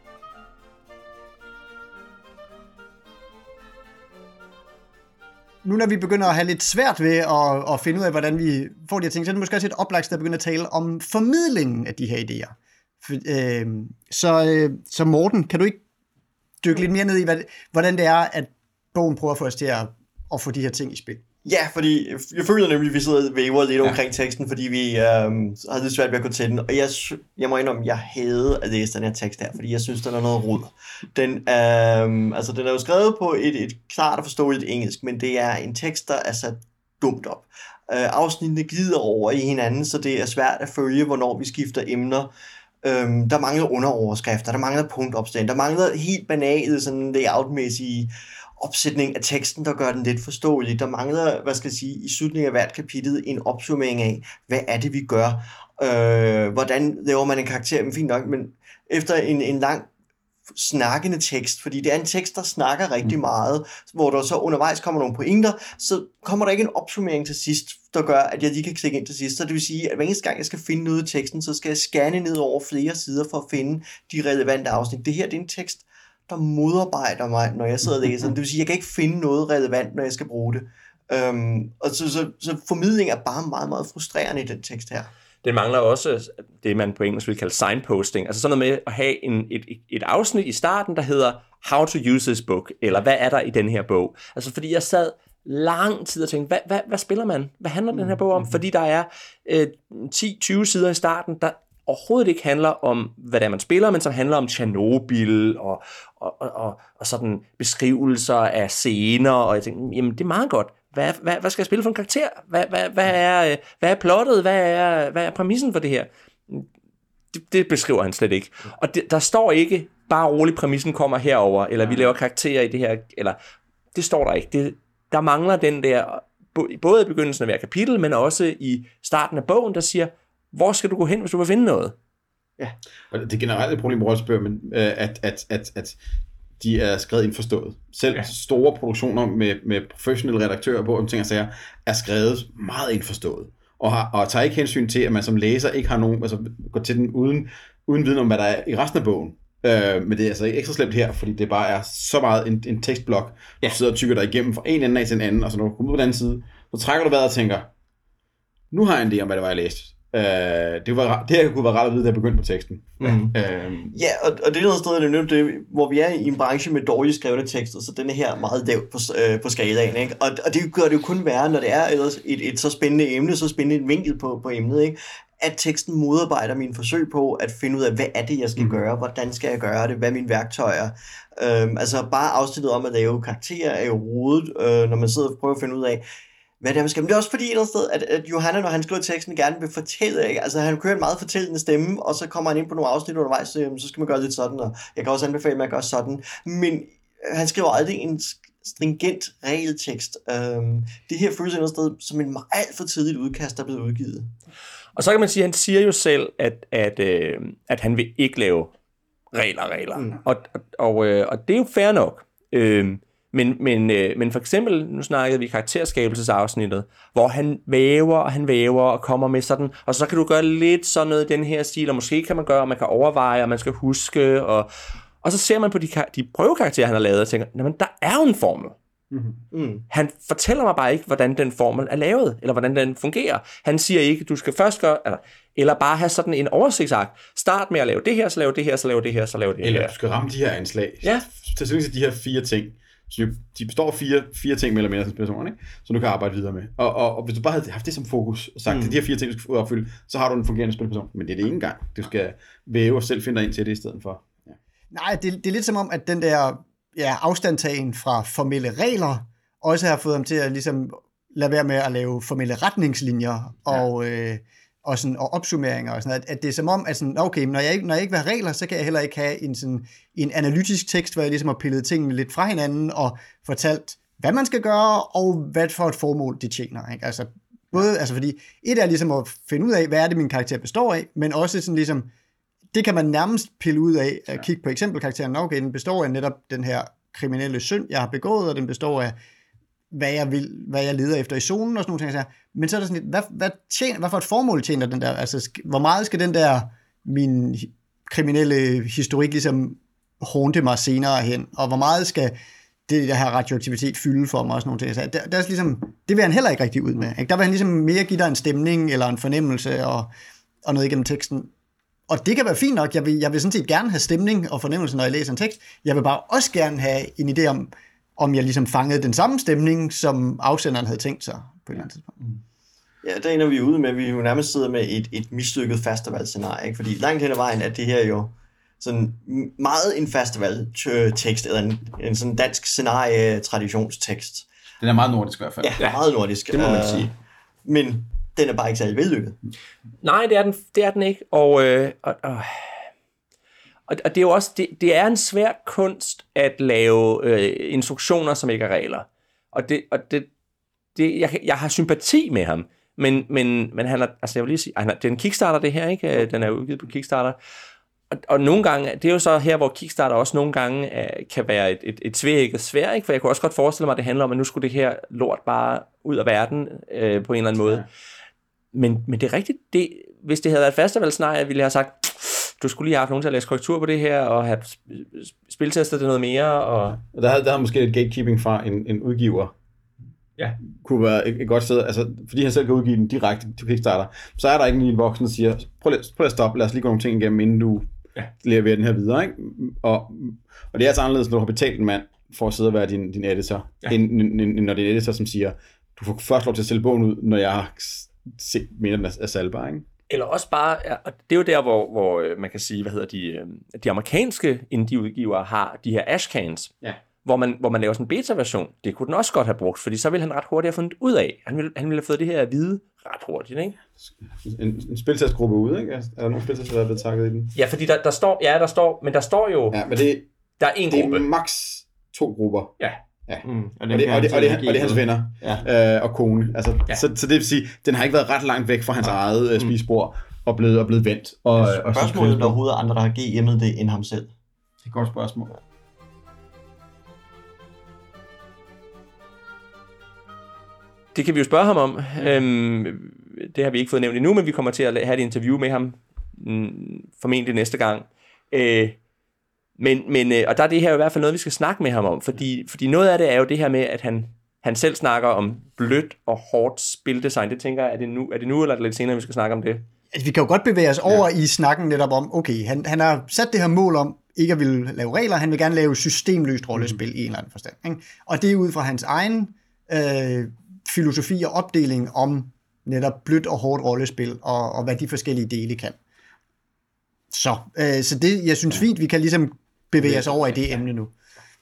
Nu når vi begynder at have lidt svært ved at, at finde ud af, hvordan vi får de her ting, så er det måske også et oplagt sted at begynde at tale om formidlingen af de her idéer. For, øh, så, øh, så Morten, kan du ikke dykke lidt mere ned i, hvad, hvordan det er, at bogen prøver at få os til at, at få de her ting i spil? Ja, fordi jeg føler nemlig, at vi sidder og væver lidt ja. omkring teksten, fordi vi øhm, har lidt svært ved at gå til den. Og jeg, jeg må indrømme, at jeg havde at læse den her tekst her, fordi jeg synes, den er noget rod. Den, øhm, altså, den er jo skrevet på et, et klart og forståeligt engelsk, men det er en tekst, der er sat dumt op. Øh, afsnittene glider over i hinanden, så det er svært at følge, hvornår vi skifter emner. Øhm, der mangler underoverskrifter, der mangler punktopstand, der mangler helt banale sådan layoutmæssige opsætning af teksten, der gør den lidt forståelig. Der mangler, hvad skal jeg sige, i slutningen af hvert kapitel en opsummering af, hvad er det, vi gør? Øh, hvordan laver man en karakter? Men fint nok, men efter en, en lang snakkende tekst, fordi det er en tekst, der snakker rigtig meget, hvor der så undervejs kommer nogle pointer, så kommer der ikke en opsummering til sidst, der gør, at jeg lige kan klikke ind til sidst. Så det vil sige, at hver eneste gang, jeg skal finde noget i teksten, så skal jeg scanne ned over flere sider for at finde de relevante afsnit. Det her, det er en tekst, der modarbejder mig, når jeg sidder og læser. Det vil sige, at jeg kan ikke finde noget relevant, når jeg skal bruge det. Um, og så, så, så formidling er bare meget, meget frustrerende i den tekst her. Den mangler også det, man på engelsk vil kalde signposting. Altså sådan noget med at have en, et, et afsnit i starten, der hedder How to use this book, eller hvad er der i den her bog? Altså fordi jeg sad lang tid og tænkte, hvad, hvad, hvad spiller man? Hvad handler den her bog om? Fordi der er øh, ti til tyve sider i starten, der overhovedet ikke handler om, hvad det er, man spiller, men som handler om Tjernobyl og, og, og, og, og sådan beskrivelser af scener, og jeg tænkte, jamen det er meget godt. Hvad, hvad, hvad skal jeg spille for en karakter? Hvad, hvad, hvad, er, hvad er plottet? Hvad er, hvad er præmissen for det her? Det, det beskriver han slet ikke. Og det, der står ikke, bare roligt, præmissen kommer herover, eller vi laver karakterer i det her, eller det står der ikke. Det, der mangler den der, både i begyndelsen af hver kapitel, men også i starten af bogen, der siger, hvor skal du gå hen, hvis du vil finde noget? Ja. Og det er generelt et problem med rollespil, men at, at, at, at de er skrevet indforstået. Selv ja. store produktioner med, med professionelle redaktører på, om ting og sager, er skrevet meget indforstået. Og, har, og tager ikke hensyn til, at man som læser ikke har nogen, altså går til den uden, uden viden om, hvad der er i resten af bogen. Øh, men det er altså ikke ekstra slemt her, fordi det bare er så meget en, en tekstblok, ja. Du sidder og tykker dig igennem fra en ende af til en anden, og så når du kommer ud på den anden side, så trækker du vejret og tænker, nu har jeg en idé om, hvad det var, jeg læste. Uh, det, var, det her kunne være ret at vide, da jeg begyndte på teksten. Mm. Uh, ja, og, og det er noget sted, det er nødt det, hvor vi er i en branche med dårligt skrevne tekster, så den er her meget lavt på, uh, på skalaen, ikke? Og, og det gør det jo kun værre, når det er et, et, et så spændende emne, så spændende et vinkel på, på emnet, ikke? At teksten modarbejder mine forsøg på at finde ud af, hvad er det, jeg skal mm. gøre, hvordan skal jeg gøre det, hvad er mine værktøjer. Uh, altså bare afsnittet om at lave karakterer er jo rodet, uh, når man sidder og prøver at finde ud af, hvad det er, man skal. Men det er også fordi et eller andet sted, at, at Johanna, når han skriver teksten, gerne vil fortælle, ikke? Altså han kører en meget fortællende stemme, og så kommer han ind på nogle afsnit undervejs, så, så skal man gøre lidt sådan, og jeg kan også anbefale, at man gør sådan. Men han skriver aldrig en stringent regeltekst. Øhm, det her føles et eller andet sted som en alt for tidligt udkast, der er blevet udgivet. Og så kan man sige, at han siger jo selv, at, at, øh, at han vil ikke lave regler regler. Mm. Og, og, og, øh, og det er jo fair nok. Øh, Men, men, øh, men for eksempel, nu snakkede vi karakterskabelsesafsnittet, hvor han væver, og han væver, og kommer med sådan, og så kan du gøre lidt sådan noget i den her stil, og måske kan man gøre, og man kan overveje, og man skal huske, og, og så ser man på de, de prøvekarakterer, han har lavet, og tænker, jamen, der er jo en formel. Mm-hmm. Mm. Han fortæller mig bare ikke, hvordan den formel er lavet, eller hvordan den fungerer. Han siger ikke, du skal først gøre, eller, eller bare have sådan en oversigtsark. Start med at lave det her, så lave det her, så lave det her, så lave det her. Eller du skal ramme de her anslag. Ja. Til til de her fire ting. Så de består af fire, fire ting mere eller mindre som personer, ikke? Som du kan arbejde videre med. Og, og, og hvis du bare havde haft det som fokus, og sagt, mm. at de her fire ting, du skal opfylde, så har du en fungerende spilperson. Men det er det ikke engang. Du skal væve og selv finde dig ind til det i stedet for. Ja. Nej, det, det er lidt som om, at den der ja, afstandtagen fra formelle regler, også har fået ham til at ligesom lade være med at lave formelle retningslinjer og, ja. øh, og, sådan, og opsummeringer og sådan noget. At, at det er som om, at sådan, okay, når jeg, når jeg ikke vil have regler, så kan jeg heller ikke have en, sådan, en analytisk tekst, hvor jeg ligesom har pillet tingene lidt fra hinanden og fortalt, hvad man skal gøre, og hvad for et formål det tjener. Ikke? Altså, både, altså fordi et er ligesom at finde ud af, hvad er det, min karakter består af, men også sådan ligesom, det kan man nærmest pille ud af, at kigge på eksempelkarakteren. Okay, den består af netop den her kriminelle synd, jeg har begået, og den består af hvad jeg vil, hvad jeg leder efter i zonen og sådan nogle ting. Men så er der sådan lidt, hvad, hvad, tjener, hvad for et formål tjener den der? Altså, hvor meget skal den der, min kriminelle historik ligesom håndte mig senere hen? Og hvor meget skal det der her radioaktivitet fylde for mig og sådan nogle ting? Så der, der er ligesom, det vil han heller ikke rigtig ud med. Ikke? Der vil han ligesom mere give dig en stemning eller en fornemmelse og, og noget igennem teksten. Og det kan være fint nok. Jeg vil, jeg vil sådan set gerne have stemning og fornemmelse, når jeg læser en tekst. Jeg vil bare også gerne have en idé om, om jeg ligesom fangede den samme stemning, som afsenderen havde tænkt sig på et eller andet tidspunkt. Ja, der ender vi ude med, at vi jo nærmest sidder med et, et mislykket festivalscenarie, ikke? Fordi langt hen ad vejen er det her jo sådan meget en festivaltekst, eller en, en sådan dansk scenarie-traditionstekst. Den er meget nordisk i hvert fald. Ja, ja, meget nordisk. Det må man sige. Uh, men den er bare ikke særlig vellykket. Nej, det er den, det er den ikke, og... Øh, og, og Og det er jo også, det, det er en svær kunst at lave øh, instruktioner, som ikke er regler. Og det, og det, det jeg, jeg har sympati med ham, men, men, men han er, altså jeg vil lige sige, han er, det er en Kickstarter det her, ikke? Den er udgivet på Kickstarter. og, og nogle gange, det er jo så her, hvor Kickstarter også nogle gange er, kan være et, et, et tvækket svær, ikke? For jeg kunne også godt forestille mig, at det handler om, at nu skulle det her lort bare ud af verden øh, på en eller anden måde. Ja. Men, men det er rigtigt, det, hvis det havde været et festivalscenarie, ville jeg have sagt, du skulle lige have haft nogen til at læse korrektur på det her, og have spiltestet det noget mere. Og der havde, der havde måske et gatekeeping fra en, en udgiver. Ja. Kunne være et, et godt sted, altså fordi han selv kan udgive den direkte til Kickstarter, så er der ikke en voksen, der siger, prøv at, prøv at stoppe, lad os lige gå nogle ting igennem, inden du ja. leverer den her videre, ikke? Og, og det er altså anderledes, når du har betalt en mand for at sidde og være din, din editor, ja. end, end, end når det er en editor, som siger, du får først lov til at sælge bogen ud, når jeg har set mere den er salgbar, ikke? Eller også bare, og det er jo der, hvor, hvor man kan sige, hvad hedder de, de amerikanske indie-udgivere har de her ashcans, ja. hvor, man, hvor man laver sådan en beta-version. Det kunne den også godt have brugt, fordi så ville han ret hurtigt have fundet ud af. Han ville, han ville have fået det her at vide ret hurtigt, ikke? En, en spiltestgruppe ude, ikke? Er der nogen spiltester, der er blevet takket i den? Ja, fordi der, der står, ja, der står, men der står jo, ja, men det, der er en det gruppe. Det er maks to grupper. Ja. Ja. Mm, og, og, det, og, det, og, det, og, det, og det er hans venner ja. øh, og kone. Altså, ja. så, så det vil sige, den har ikke været ret langt væk fra hans ja. eget øh, spisebord og blevet, og blevet vendt. Og, og spørgsmålet er, der overhovedet andre, der har G M'et det end ham selv. Det er et godt spørgsmål. Det kan vi jo spørge ham om. Øhm, det har vi ikke fået nævnt endnu, men vi kommer til at have et interview med ham mm, formentlig næste gang. Øh, men, men, og der er det her i hvert fald noget, vi skal snakke med ham om, fordi, fordi noget af det er jo det her med, at han, han selv snakker om blødt og hårdt spildesign. Det tænker jeg, er det nu, er det nu eller er det lidt senere, vi skal snakke om det? Altså, vi kan jo godt bevæge os over ja. i snakken netop om, okay, han, han har sat det her mål om, ikke at ville lave regler, han vil gerne lave systemløst rollespil mm. i en eller anden forstand. Ikke? Og det er ud fra hans egen øh, filosofi og opdeling om netop blødt og hårdt rollespil, og, og hvad de forskellige dele kan. Så, øh, så det, jeg synes fint, vi kan ligesom bevæge os over i det emne nu.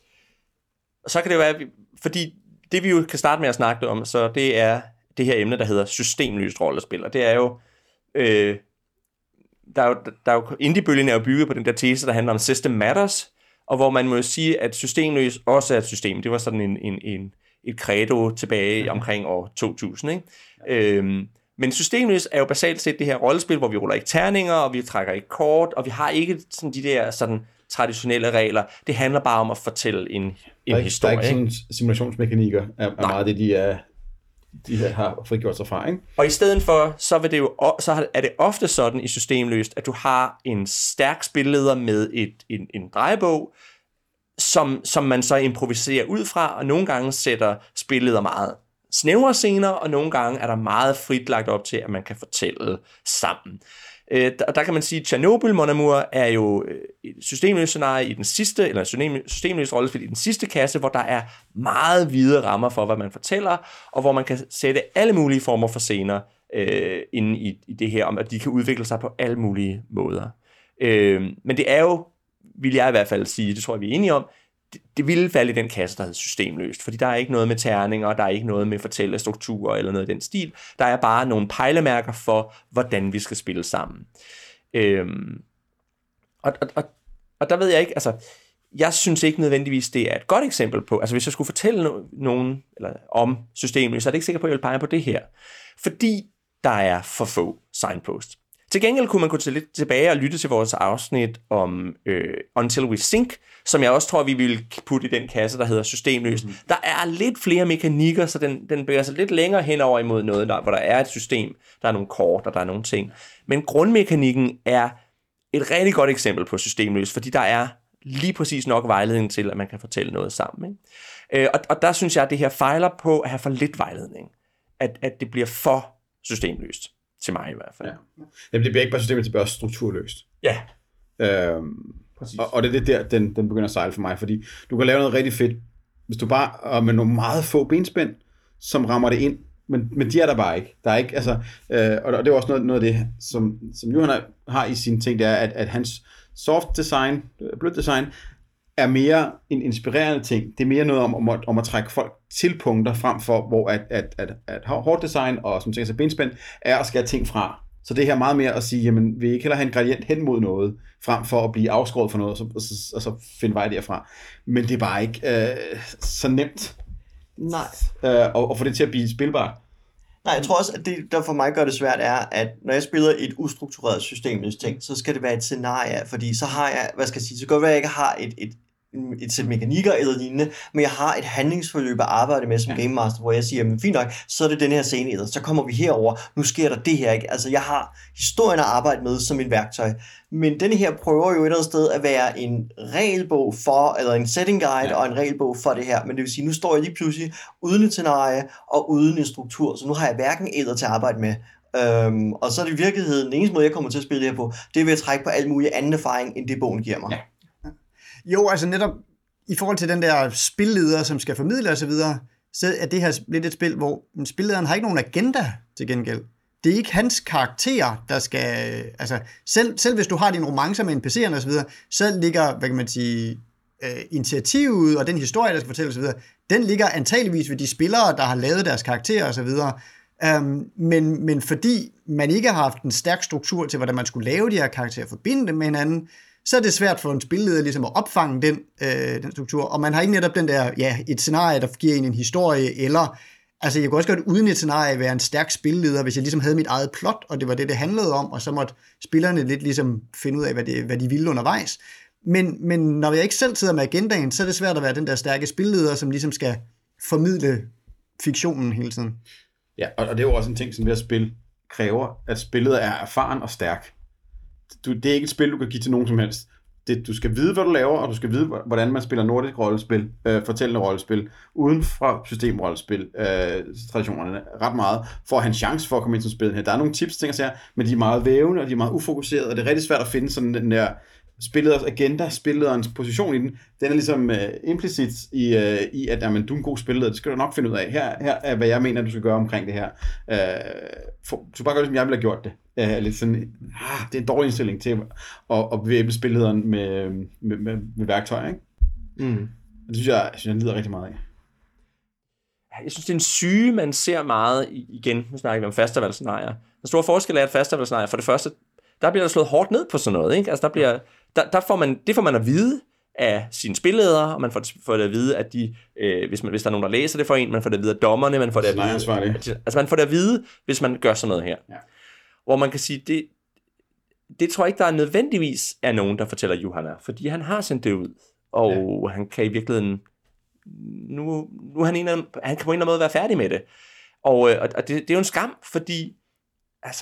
Så kan det jo være, fordi det vi jo kan starte med at snakke om, så det er det her emne, der hedder systemløst rollespil, og det er jo, øh, der er jo, der er jo indie-bølgen er jo bygget på den der tese, der handler om system matters, og hvor man må jo sige, at systemløs også er et system. Det var sådan en, en, en, et credo tilbage omkring år to tusind, ikke? Øhm, men systemløs er jo basalt set det her rollespil, hvor vi ruller ikke terninger, og vi trækker ikke kort, og vi har ikke sådan de der sådan traditionelle regler. Det handler bare om at fortælle en, en der er historie. Der er ikke sådan simulationsmekanikker, er, er meget det, de, er, de har frigjort sig fra, ikke? Og i stedet for, så, vil det jo, så er det ofte sådan i systemløst, at du har en stærk spilleder med et, en, en drejebog, som, som man så improviserer ud fra, og nogle gange sætter spilleder meget snævre scener, og nogle gange er der meget frit lagt op til, at man kan fortælle sammen. Øh, der, der kan man sige, at Chernobyl, Mon Amour, er jo et systemløst scenarie i den sidste, eller systemløst rollespil i den sidste kasse, hvor der er meget hvide rammer for, hvad man fortæller, og hvor man kan sætte alle mulige former for scener øh, inde i, i det her, om at de kan udvikle sig på alle mulige måder. Øh, men det er jo, vil jeg i hvert fald sige, det tror jeg, vi er enige om, det, det ville falde i den kasse, der hedder systemløst, fordi der er ikke noget med terninger, der er ikke noget med fortællestrukturer eller noget i den stil. Der er bare nogle pejlemærker for, hvordan vi skal spille sammen. Øhm, og, og, og, og der ved jeg ikke, altså, jeg synes ikke nødvendigvis, det er et godt eksempel på, altså hvis jeg skulle fortælle no- nogen eller, om systemløst, så er det ikke sikkert på, at jeg vil pege på det her. Fordi der er for få signposts. Til gengæld kunne man gå til lidt tilbage og lytte til vores afsnit om øh, Until We Sink, som jeg også tror, vi vil putte i den kasse, der hedder systemløst. Mm-hmm. Der er lidt flere mekanikker, så den, den bevæger sig lidt længere henover imod noget, der, hvor der er et system, der er nogle kort, og der er nogle ting. Men grundmekanikken er et rigtig godt eksempel på systemløst, fordi der er lige præcis nok vejledning til, at man kan fortælle noget sammen. Ikke? Øh, og, og der synes jeg, at det her fejler på at have for lidt vejledning. At, at det bliver for systemløst. Til mig i hvert fald. Ja. Jamen, det bliver ikke bare systemet, det bliver også strukturløst. Ja. Øhm, og, og det er det der, den, den begynder at sejle for mig, fordi du kan lave noget rigtig fedt, hvis du bare, og med nogle meget få benspænd, som rammer det ind, men, men de er der bare ikke. Der er ikke, altså, øh, og det er også noget, noget af det, som, som Johan har i sine ting, det er, at, at hans soft design, blødt design, er mere en inspirerende ting. Det er mere noget om, om, at, om at trække folk til punkter, frem for, hvor at, at, at, at hårdt design og som tænker sig benspænd, er at skære ting fra. Så det her er meget mere at sige, jamen, vi ikke heller have en gradient hen mod noget, frem for at blive afskåret for noget, og så, og så, og så finde vej derfra. Men det er bare ikke øh, så nemt. Nej. Øh, og, og få det til at blive spilbart. Nej, jeg tror også, at det, der for mig gør det svært, er, at når jeg spiller et ustruktureret systemløst ting, så skal det være et scenarie, fordi så har jeg, hvad skal jeg sige, så kan det være, at jeg ikke har et, et, et sæt mekanikker eller lignende, men jeg har et handlingsforløb at arbejde med som ja. Game Master, hvor jeg siger, men fint nok, så er det den her scene, så kommer vi herover, nu sker der det her, ikke? Altså, jeg har historien at arbejde med som et værktøj, men denne her prøver jo et eller andet sted at være en regelbog for, eller en setting guide ja. og en regelbog for det her, men det vil sige, nu står jeg lige pludselig uden et scenarie og uden en struktur, så nu har jeg hverken æder til at arbejde med. Øhm, og så er det i virkeligheden, den eneste måde, jeg kommer til at spille det her på, det er ved at trække på alt muligt anden erfaring, end det bogen giver mig. Ja. Jo, altså netop i forhold til den der spilleder, som skal formidle osv., så, så er det her lidt et spil, hvor spillederen har ikke nogen agenda til gengæld. Det er ikke hans karakter, der skal... Altså, selv, selv hvis du har dine romancer med N P C'erne osv., så ligger, hvad kan man sige, øh, initiativet og den historie, der skal fortælles osv., den ligger antageligvis ved de spillere, der har lavet deres karakterer osv., Um, men, men fordi man ikke har haft en stærk struktur til, hvordan man skulle lave de her karakterer, forbinde dem med hinanden, så er det svært for en spilleder ligesom at opfange den, øh, den struktur, og man har ikke netop den der, ja, et scenarie, der giver en en historie, eller, altså jeg kunne også godt uden et scenarie være en stærk spilleder, hvis jeg ligesom havde mit eget plot, og det var det, det handlede om, og så måtte spillerne lidt ligesom finde ud af, hvad, det, hvad de ville undervejs. Men, men når jeg ikke selv sidder med agendaen, så er det svært at være den der stærke spilleder, som ligesom skal formidle fiktionen hele tiden. Ja, og, og det er jo også en ting, som ved at spille kræver, at spillet er erfaren og stærk. Du, det er ikke et spil, du kan give til nogen som helst. Det, du skal vide, hvad du laver, og du skal vide, hvordan man spiller nordisk rollespil, øh, fortællende rollespil, uden for systemrollespil, øh, traditionerne, ret meget, for at have en chance for at komme ind til spillet her. Der er nogle tips, ting at sige, men de er meget vævende, og de er meget ufokuserede, og det er rigtig svært at finde sådan den der spillederens agenda, spillederens position i den, den er ligesom øh, implicit i, øh, i at jamen, du er en god spilleder, det skal du nok finde ud af. Her, her er, hvad jeg mener, du skal gøre omkring det her. Øh, for, du bare gør det, som jeg ville have gjort det. Øh, lidt sådan, ah, det er en dårlig indstilling til at, at bevæbne spillederen med, med, med, med værktøjer, ikke? Mm. Det synes jeg, jeg, synes, jeg lider rigtig meget af. Jeg synes, det er en syge, man ser meget igen. Nu snakker vi om festivalscenarier. Den store forskel er, at festivalscenarier, for det første, der bliver der slået hårdt ned på sådan noget, ikke? Altså der bliver, der, der får man, det får man at vide af sine spilledere, og man får, får det at vide, at de, øh, hvis, man, hvis der er nogen, der læser det for en, man får det at vide af dommerne, man får det at vide, at, altså man får det at vide, hvis man gør sådan noget her. Ja. Hvor man kan sige, det, det tror jeg ikke, der er nødvendigvis er nogen, der fortæller Johanna, fordi han har sendt det ud, og ja. Han kan i virkeligheden, nu, nu er han, en af, han kan på en eller anden måde være færdig med det. Og, og det, det er jo en skam, fordi, altså,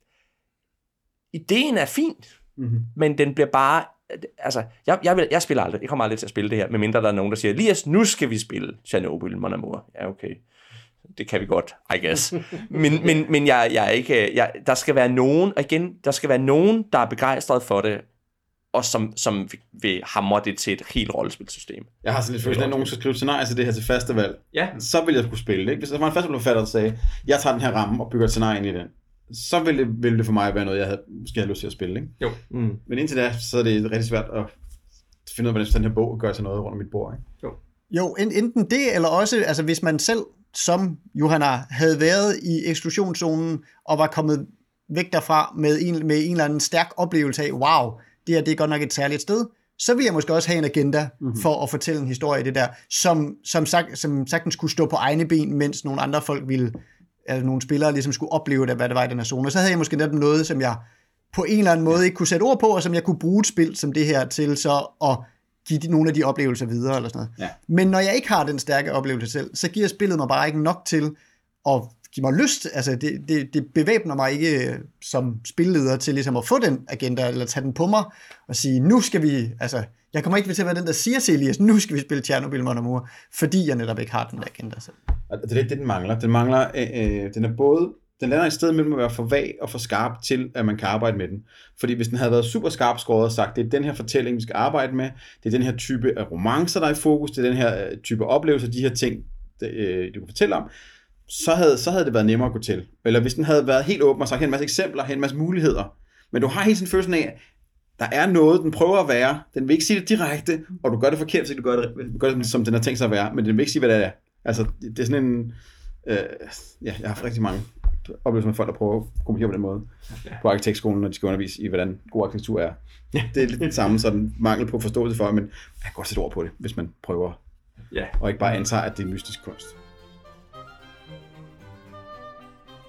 ideen er fin, mm-hmm. men den bliver bare, altså, jeg, jeg, vil, jeg spiller aldrig, jeg kommer aldrig til at spille det her, medmindre der er nogen, der siger, Elias, nu skal vi spille Chernobyl, Mon Amour. Ja, okay. Det kan vi godt, I guess. Men, men, men jeg, jeg er ikke, jeg, der skal være nogen, igen, der skal være nogen, der er begejstret for det, og som, som vil hamre det til et helt rollespilsystem. Jeg har sådan lidt følelse, at nogen skal skrive scenarier til det her til festival. Ja. Så vil jeg kunne spille det, ikke? Hvis der var en festivalforfatter, der sagde, jeg tager den her ramme og bygger et scenarie ind i den, så ville det, ville det for mig være noget, jeg havde, måske havde lyst til at spille, ikke? Jo. Mm. Men indtil da, så er det rigtig svært at finde ud af, hvordan den her bog gør til noget rundt om mit bord, ikke? Jo. Jo, enten det, eller også, altså hvis man selv, som Johanna, havde været i eksklusionszonen, og var kommet væk derfra med en, med en eller anden stærk oplevelse af, wow, det her det er godt nok et særligt sted, så vil jeg måske også have en agenda mm-hmm. for at fortælle en historie i det der, som, som, sagt, som sagtens skulle stå på egne ben, mens nogle andre folk ville, altså nogle spillere ligesom skulle opleve det, hvad det var i den her zone. Og så havde jeg måske netop noget, som jeg på en eller anden måde ikke kunne sætte ord på, og som jeg kunne bruge et spil som det her til så at give de, nogle af de oplevelser videre, eller sådan noget. Ja. Men når jeg ikke har den stærke oplevelse selv, så giver spillet mig bare ikke nok til at give mig lyst, altså det, det, det bevæbner mig ikke som spilleder til ligesom at få den agenda, eller tage den på mig, og sige, nu skal vi, altså, jeg kommer ikke til at være den, der siger til Elias, nu skal vi spille Chernobyl, Mon Amour, fordi jeg netop ikke har den der agenda selv. Det er det, den mangler. Den mangler, øh, den er både, den lander et sted mellem at være for vag og for skarp til, at man kan arbejde med den. Fordi hvis den havde været super skarp skåret og sagt, det er den her fortælling, vi skal arbejde med, det er den her type af romancer, der er i fokus, det er den her type oplevelser, de her ting, det, øh, du kan fortælle om, så havde, så havde det været nemmere at gå til. Eller hvis den havde været helt åben og sagt en masse eksempler, en masse muligheder. Men du har helt sin følelse af, der er noget, den prøver at være, den vil ikke sige det direkte, og du gør det forkert, så du gør det, du gør det som den har tænkt sig at være, men den vil ikke sige, hvad det er. Altså, det er sådan en, øh, ja, jeg har haft rigtig mange oplevelser med folk, der prøver at kommunikere på den måde på arkitektskolen, når de skal undervise i, hvordan god arkitektur er. Det er lidt det samme, sådan mangel på forståelse for, men jeg kan godt sætte ord på det, hvis man prøver, og ikke bare antager, at det er mystisk kunst.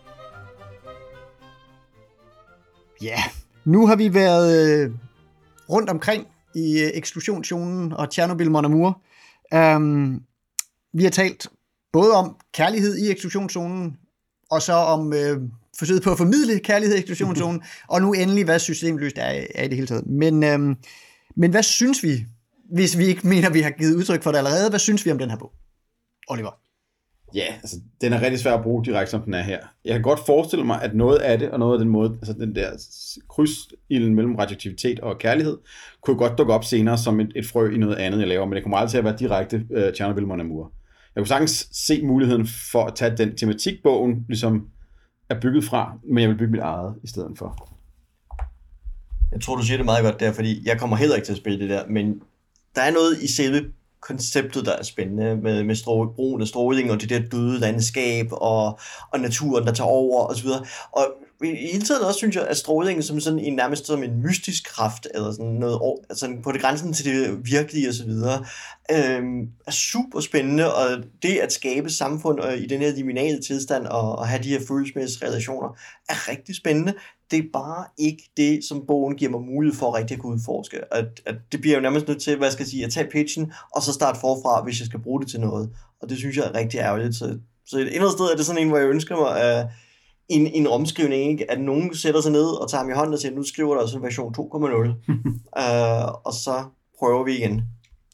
Ja, nu har vi været øh, rundt omkring i øh, eksklusionszonen og Chernobyl Mon Amour. Um, vi har talt både om kærlighed i eksklusionszonen, og så om øh, forsøget på at formidle kærlighed i eksklusionszonen, og nu endelig, hvad systemløst er, er i det hele taget. Men, øhm, men hvad synes vi, hvis vi ikke mener, vi har givet udtryk for det allerede, hvad synes vi om den her bog? Oliver? Ja, altså, den er rigtig svær at bruge direkte, som den er her. Jeg kan godt forestille mig, at noget af det, og noget af den måde, altså den der krydsilden mellem radioaktivitet og kærlighed, kunne godt dukke op senere som et, et frø i noget andet, jeg laver, men det kommer aldrig til at være direkte uh, Chernobyl Mon Amour. Jeg kunne sagtens se muligheden for at tage den tematik, bogen ligesom er bygget fra, men jeg vil bygge mit eget i stedet for. Jeg tror, du siger det meget godt der, fordi jeg kommer heller ikke til at spille det der, men der er noget i selve konceptet, der er spændende, med, med strå, brugen af stråling og det der døde landskab og, og naturen, der tager over osv. Og i hele tiden også synes jeg, at strålingen som sådan en, nærmest som en mystisk kraft, eller sådan noget, altså på det grænsen til det virkelige osv., øhm, er super spændende, og det at skabe samfund og i den her liminale tilstand og, og have de her følelsesmæssige relationer, er rigtig spændende. Det er bare ikke det, som bogen giver mig mulighed for at rigtig at kunne udforske. At, at det bliver jo nærmest nødt til, hvad skal jeg sige, at tage pitchen, og så starte forfra, hvis jeg skal bruge det til noget. Og det synes jeg er rigtig ærgerligt. Så, så et andet sted er det sådan en, hvor jeg ønsker mig uh, en, en omskrivning, ikke? At nogen sætter sig ned og tager mig i hånden og siger, nu skriver der også en version to punkt nul. uh, og så prøver vi igen.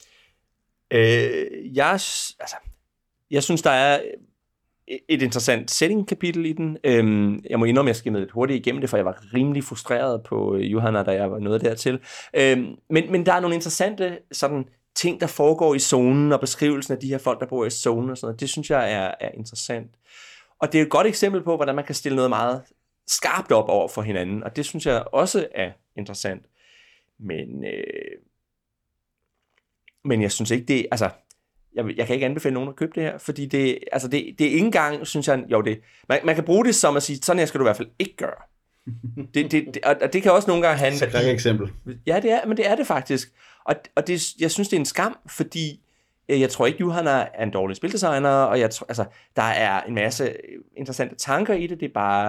Øh, jeg, altså, jeg synes, der er et interessant setting-kapitel i den. Øhm, jeg må indrømme, at jeg skimmede lidt hurtigt igennem det, for jeg var rimelig frustreret på Johanna, da jeg var nået dertil. Øhm, men, men der er nogle interessante sådan, ting, der foregår i zonen, og beskrivelsen af de her folk, der bor i zonen og sådan noget. Det synes jeg er, er interessant. Og det er et godt eksempel på, hvordan man kan stille noget meget skarpt op over for hinanden, og det synes jeg også er interessant. Men, øh, men jeg synes ikke, det altså... Jeg, jeg kan ikke anbefale nogen at købe det her, fordi det, altså det, det er ikke engang, synes jeg, jo det, man, man kan bruge det som at sige, sådan her skal du i hvert fald ikke gøre. Det, det, det, og det kan også nogle gange have en... Sæt et eksempel. Ja, det er, men det er det faktisk. Og, og det, jeg synes, det er en skam, fordi jeg tror ikke, Johanna er en dårlig spildesigner, og jeg tror, altså, der er en masse interessante tanker i det, det er bare...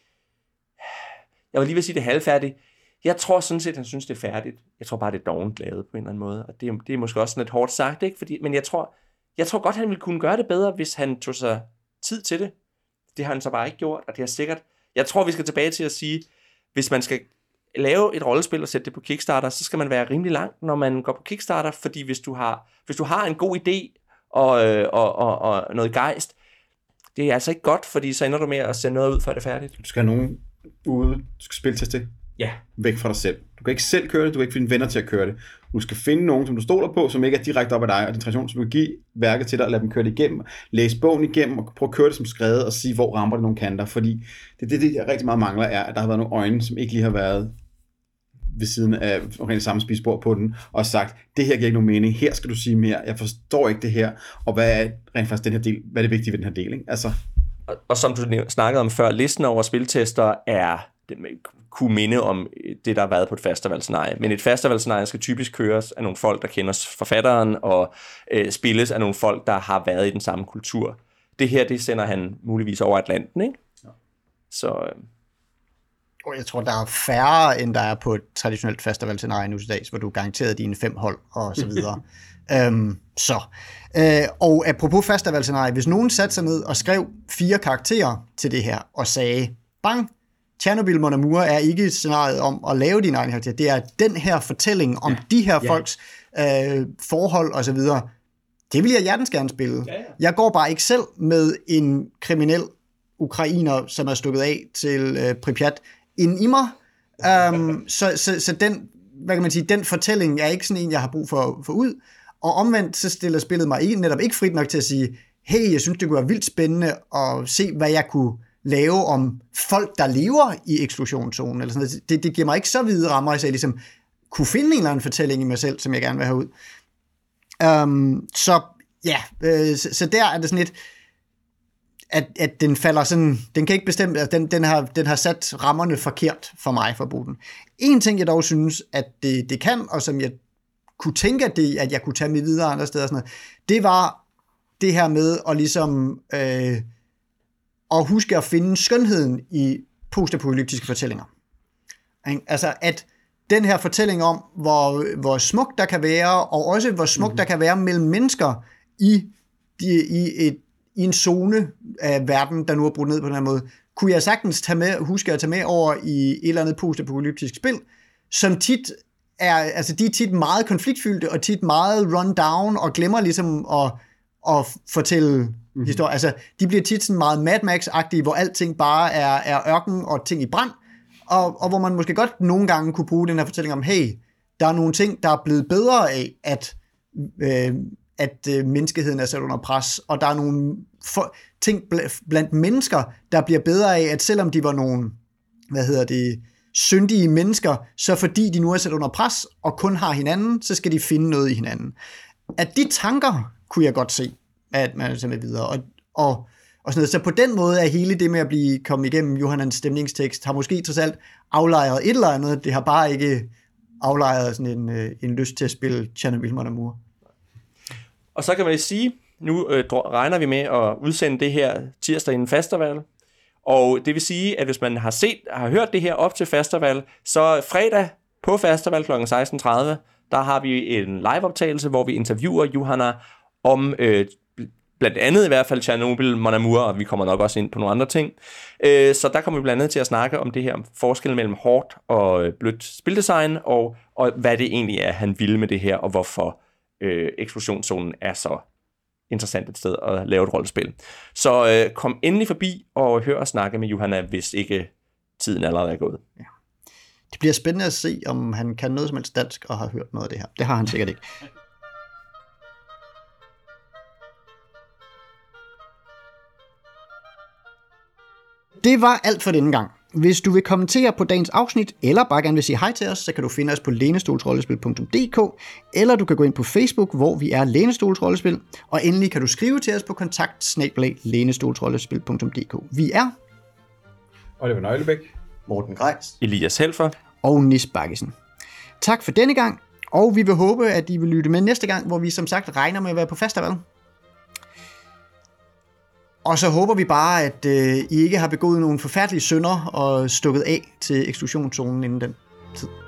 Jeg vil lige vil sige, det er halvfærdigt. Jeg tror sådan set, han synes, det er færdigt. Jeg tror bare, det er dovent lavet på en eller anden måde. Og det, det er måske også sådan lidt hårdt sagt, ikke? Fordi, men jeg tror, jeg tror godt, han ville kunne gøre det bedre, hvis han tog sig tid til det. Det har han så bare ikke gjort, og det er sikkert... Jeg tror, vi skal tilbage til at sige, hvis man skal lave et rollespil og sætte det på Kickstarter, så skal man være rimelig langt, når man går på Kickstarter, fordi hvis du har, hvis du har en god idé og, og, og, og noget gejst, det er altså ikke godt, fordi så ender du med at sende noget ud, før det er færdigt. Du skal have nogen ude, du skal spille til det. Ja. Væk fra dig selv. Du kan ikke selv køre det, du kan ikke finde venner til at køre det. Du skal finde nogen, som du stoler på, som ikke er direkte op ad dig, og din tradition, som vil give værket til dig, og lade dem køre det igennem, læse bogen igennem, og prøve at køre det som skrevet, og sige, hvor rammer det nogle kanter, fordi det, det, det jeg rigtig meget mangler, er, at der har været nogle øjne, som ikke lige har været ved siden af rent samme spisbord på den, og sagt, det her giver ikke nogen mening, her skal du sige mere, jeg forstår ikke det her, og hvad er rent faktisk den her del, hvad er det vigtige ved den her del, ikke? Altså... Og, og som du snakkede om før, listen over spiltester er kunne minde om det, der har været på et festivalscenarie. Men et festivalscenarie skal typisk køres af nogle folk, der kender forfatteren, og øh, spilles af nogle folk, der har været i den samme kultur. Det her, det sender han muligvis over Atlanten, ikke? Ja. Så... Øh... Og jeg tror, der er færre, end der er på et traditionelt festivalscenarie nu til dags, hvor du garanteret dine fem hold, og så videre. øhm, så. Øh, og apropos festivalscenarie, hvis nogen satte sig ned og skrev fire karakterer til det her, og sagde, bang, Chernobyl Mon Amour er ikke scenariet om at lave din egen karakter. Det er den her fortælling om ja. de her ja. folks øh, forhold og så videre. Det vil jeg hjertens gerne spille. Ja, ja. Jeg går bare ikke selv med en kriminel ukrainer, som er stukket af til øh, Pripyat ind i mig. Um, så, så, så den, hvad kan man sige, den fortælling er ikke sådan en, jeg har brug for, for ud. Og omvendt, så stiller spillet mig ikke, netop ikke frit nok til at sige, hey, jeg synes, det kunne være vildt spændende at se, hvad jeg kunne lave om folk, der lever i eksklusionszonen. Eller sådan noget. Det, det giver mig ikke så vide rammer, at jeg ligesom kunne finde en eller anden fortælling i mig selv, som jeg gerne vil have ud. Um, så ja, øh, så, så der er det sådan lidt, at, at den falder sådan, den kan ikke bestemme, at den, den, har, den har sat rammerne forkert for mig for bogen. En ting, jeg dog synes, at det, det kan, og som jeg kunne tænke, at, det, at jeg kunne tage med videre andre steder, sådan noget, det var det her med at ligesom øh, at huske at finde skønheden i postapokalyptiske fortællinger. Ikke? Altså, at den her fortælling om, hvor, hvor smukt der kan være, og også hvor smukt mm-hmm. der kan være mellem mennesker i, de, i, et, i en zone af verden, der nu er brudt ned på den her måde, kunne jeg sagtens tage med, huske at tage med over i et eller andet post-apokalyptisk spil, som tit er, altså de er tit meget konfliktfyldte, og tit meget run down, og glemmer ligesom at, at fortælle mm-hmm. historier. Altså, de bliver tit sådan meget Mad Max-agtige, hvor alting bare er, er ørken og ting i brand, og, og hvor man måske godt nogle gange kunne bruge den her fortælling om, hey, der er nogle ting, der er blevet bedre af, at, øh, at øh, menneskeheden er sat under pres, og der er nogle for, ting blandt mennesker, der bliver bedre af, at selvom de var nogle, hvad hedder det, syndige mennesker, så fordi de nu er sat under pres, og kun har hinanden, så skal de finde noget i hinanden. At de tanker, kunne jeg godt se, at man er med videre, og, og Og sådan noget. Så på den måde er hele det med at blive kommet igennem Johannans stemningstekst, har måske trods alt aflejret et eller andet. Det har bare ikke aflejret sådan en, en lyst til at spille Chernobyl Mon Amour. Og så kan man sige, nu øh, regner vi med at udsende det her tirsdag inden festival. Og det vil sige, at hvis man har set, har hørt det her op til festival, så fredag på festival klokken seksten tredive, der har vi en liveoptagelse, hvor vi interviewer Johanna om øh, blandt andet i hvert fald Chernobyl Mon Amour, og vi kommer nok også ind på nogle andre ting. Så der kommer vi blandt andet til at snakke om det her forskel mellem hårdt og blødt spildesign, og, og hvad det egentlig er, han vil med det her, og hvorfor øh, eksplosionszonen er så interessant et sted at lave et rollespil. Så øh, kom endelig forbi og hør og snakke med Johanna, hvis ikke tiden allerede er gået. Ja. Det bliver spændende at se, om han kan noget som helst dansk og har hørt noget af det her. Det har han sikkert ikke. Det var alt for denne gang. Hvis du vil kommentere på dagens afsnit, eller bare gerne vil sige hej til os, så kan du finde os på lænestolsrollespil punktum d k, eller du kan gå ind på Facebook, hvor vi er Lænestolsrollespil, og endelig kan du skrive til os på kontakt snabel-a lænestolsrollespil punktum d k. Vi er Oliver Nøglebæk, Morten Greis, Elias Helfer og Nis Bakkesen. Tak for denne gang, og vi vil håbe, at I vil lytte med næste gang, hvor vi som sagt regner med at være på festival. Og så håber vi bare, at øh, I ikke har begået nogle forfærdelige synder og stukket af til eksklusionszonen inden den tid.